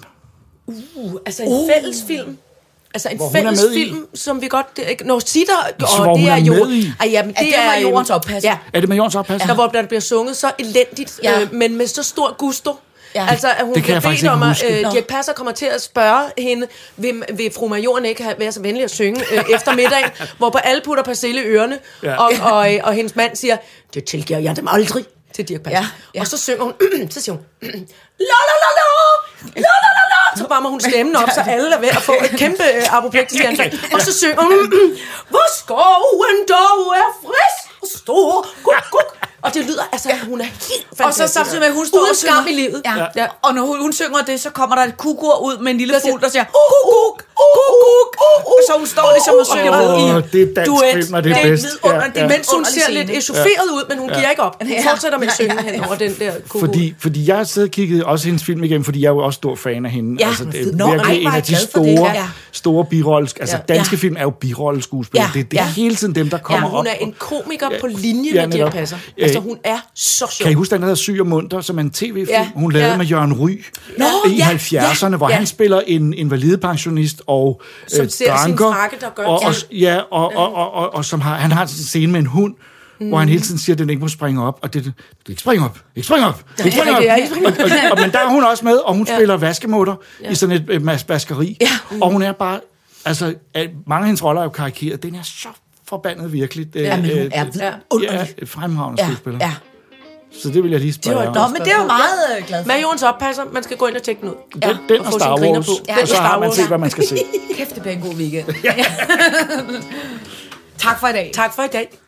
Uh, altså en uh. fælles film. Altså en Hvor hun er fælles med i? film, som vi godt... Det, når sitter, Så hvor og det hun er er jo... med i? Ej, jamen, Er det er Majorens jo- Oppasser? Ja, Er det med Jørgens Oppasser? der hvor der bliver sunget så elendigt, Ja. øh, men med så stor gusto. Ja. Ja. Altså, at hun Det kan bliver jeg faktisk bedt om, ikke at huske. øh, Nå. Dirch Passer kommer til at spørge hende, vil, vil fru Majoren ikke have, være så venlig at synge øh, efter middagen, hvor på alle putter persille i ørerne, Ja. og, og, og hendes mand siger, det tilgiver jeg dem aldrig til Dirch Passer. Ja, ja. Og så synger hun, så siger hun, la la la la, la la la la, så varmer hun stemmen op, så alle er ved at få et kæmpe øh, apoplektisk anfald. Og så synger hun, hvor skoven dog er frisk og stor, guk, guk. Og det lyder, altså, hun er helt fantastisk. Og så samtidig med, at hun står Uden og synger. skam i livet. Ja. Ja. Ja. Og når hun, hun synger det, så kommer der et kukur ud med en lille Der siger, fugl, der siger, uh, kuk, kuk, kuk, kuk. Så hun står ligesom og synger Åh, i det er dansk duet. film, og det er Det er bedst. vidunderligt. Ja, ja. Mens hun ser lidt echaufferet ud, men hun giver ikke op. Hun Ja. fortsætter med at synge hen over den der kuku. Fordi, fordi jeg har siddet og kigget også hendes film igennem, fordi jeg er jo også stor fan af hende. Ja. Altså, det er Nå, virkelig ej, hvor en er af de jeg glad for det. store, Ja. store birolles... Altså, Ja. danske Ja. film er jo birolleskuespil. Ja. Det, det er Ja. hele tiden dem, der kommer Hun op. er en komiker på linje Ja, med Dirch netop. Passer. Øh, Altså, hun er så sjov. Kan I huske, den hedder Syg og Munter, som er en tv-film, Ja. hun lavede Ja. med Jørgen Ry Nå, i ja. halvfjerdserne, hvor Ja. han spiller en invalidepensionist og Som øh, ser sin dranker, frakke, der gør og, og, ting. ja, og, og, og, og, og som har, han har en scene med en hund, mm. hvor han hele tiden siger, at den ikke må springe op, og det, det ikke springe op, ikke springe op, ikke springe op. det er ikke springe Og, og, og, men der er hun også med, og hun Ja. spiller vaskemutter i sådan et, et mas- vaskeri, Ja. og hun er bare, altså, at mange af hendes roller er jo karikeret, den er så forbandet virkelig. Ja, men hun er ja, vidunderlig. fremragende Ja, skuespiller. ja. Så det vil jeg lige spørge var om. Nå, men det er jo meget øh, glad for. Majorens Oppasser, man skal gå ind og tjekke den ud. Den, den og og få Star sine griner Wars, på. Ja, Den og så og har Star man Wars. set, hvad man skal se. Kæft, det bliver en god weekend. Tak for i dag. Tak for i dag.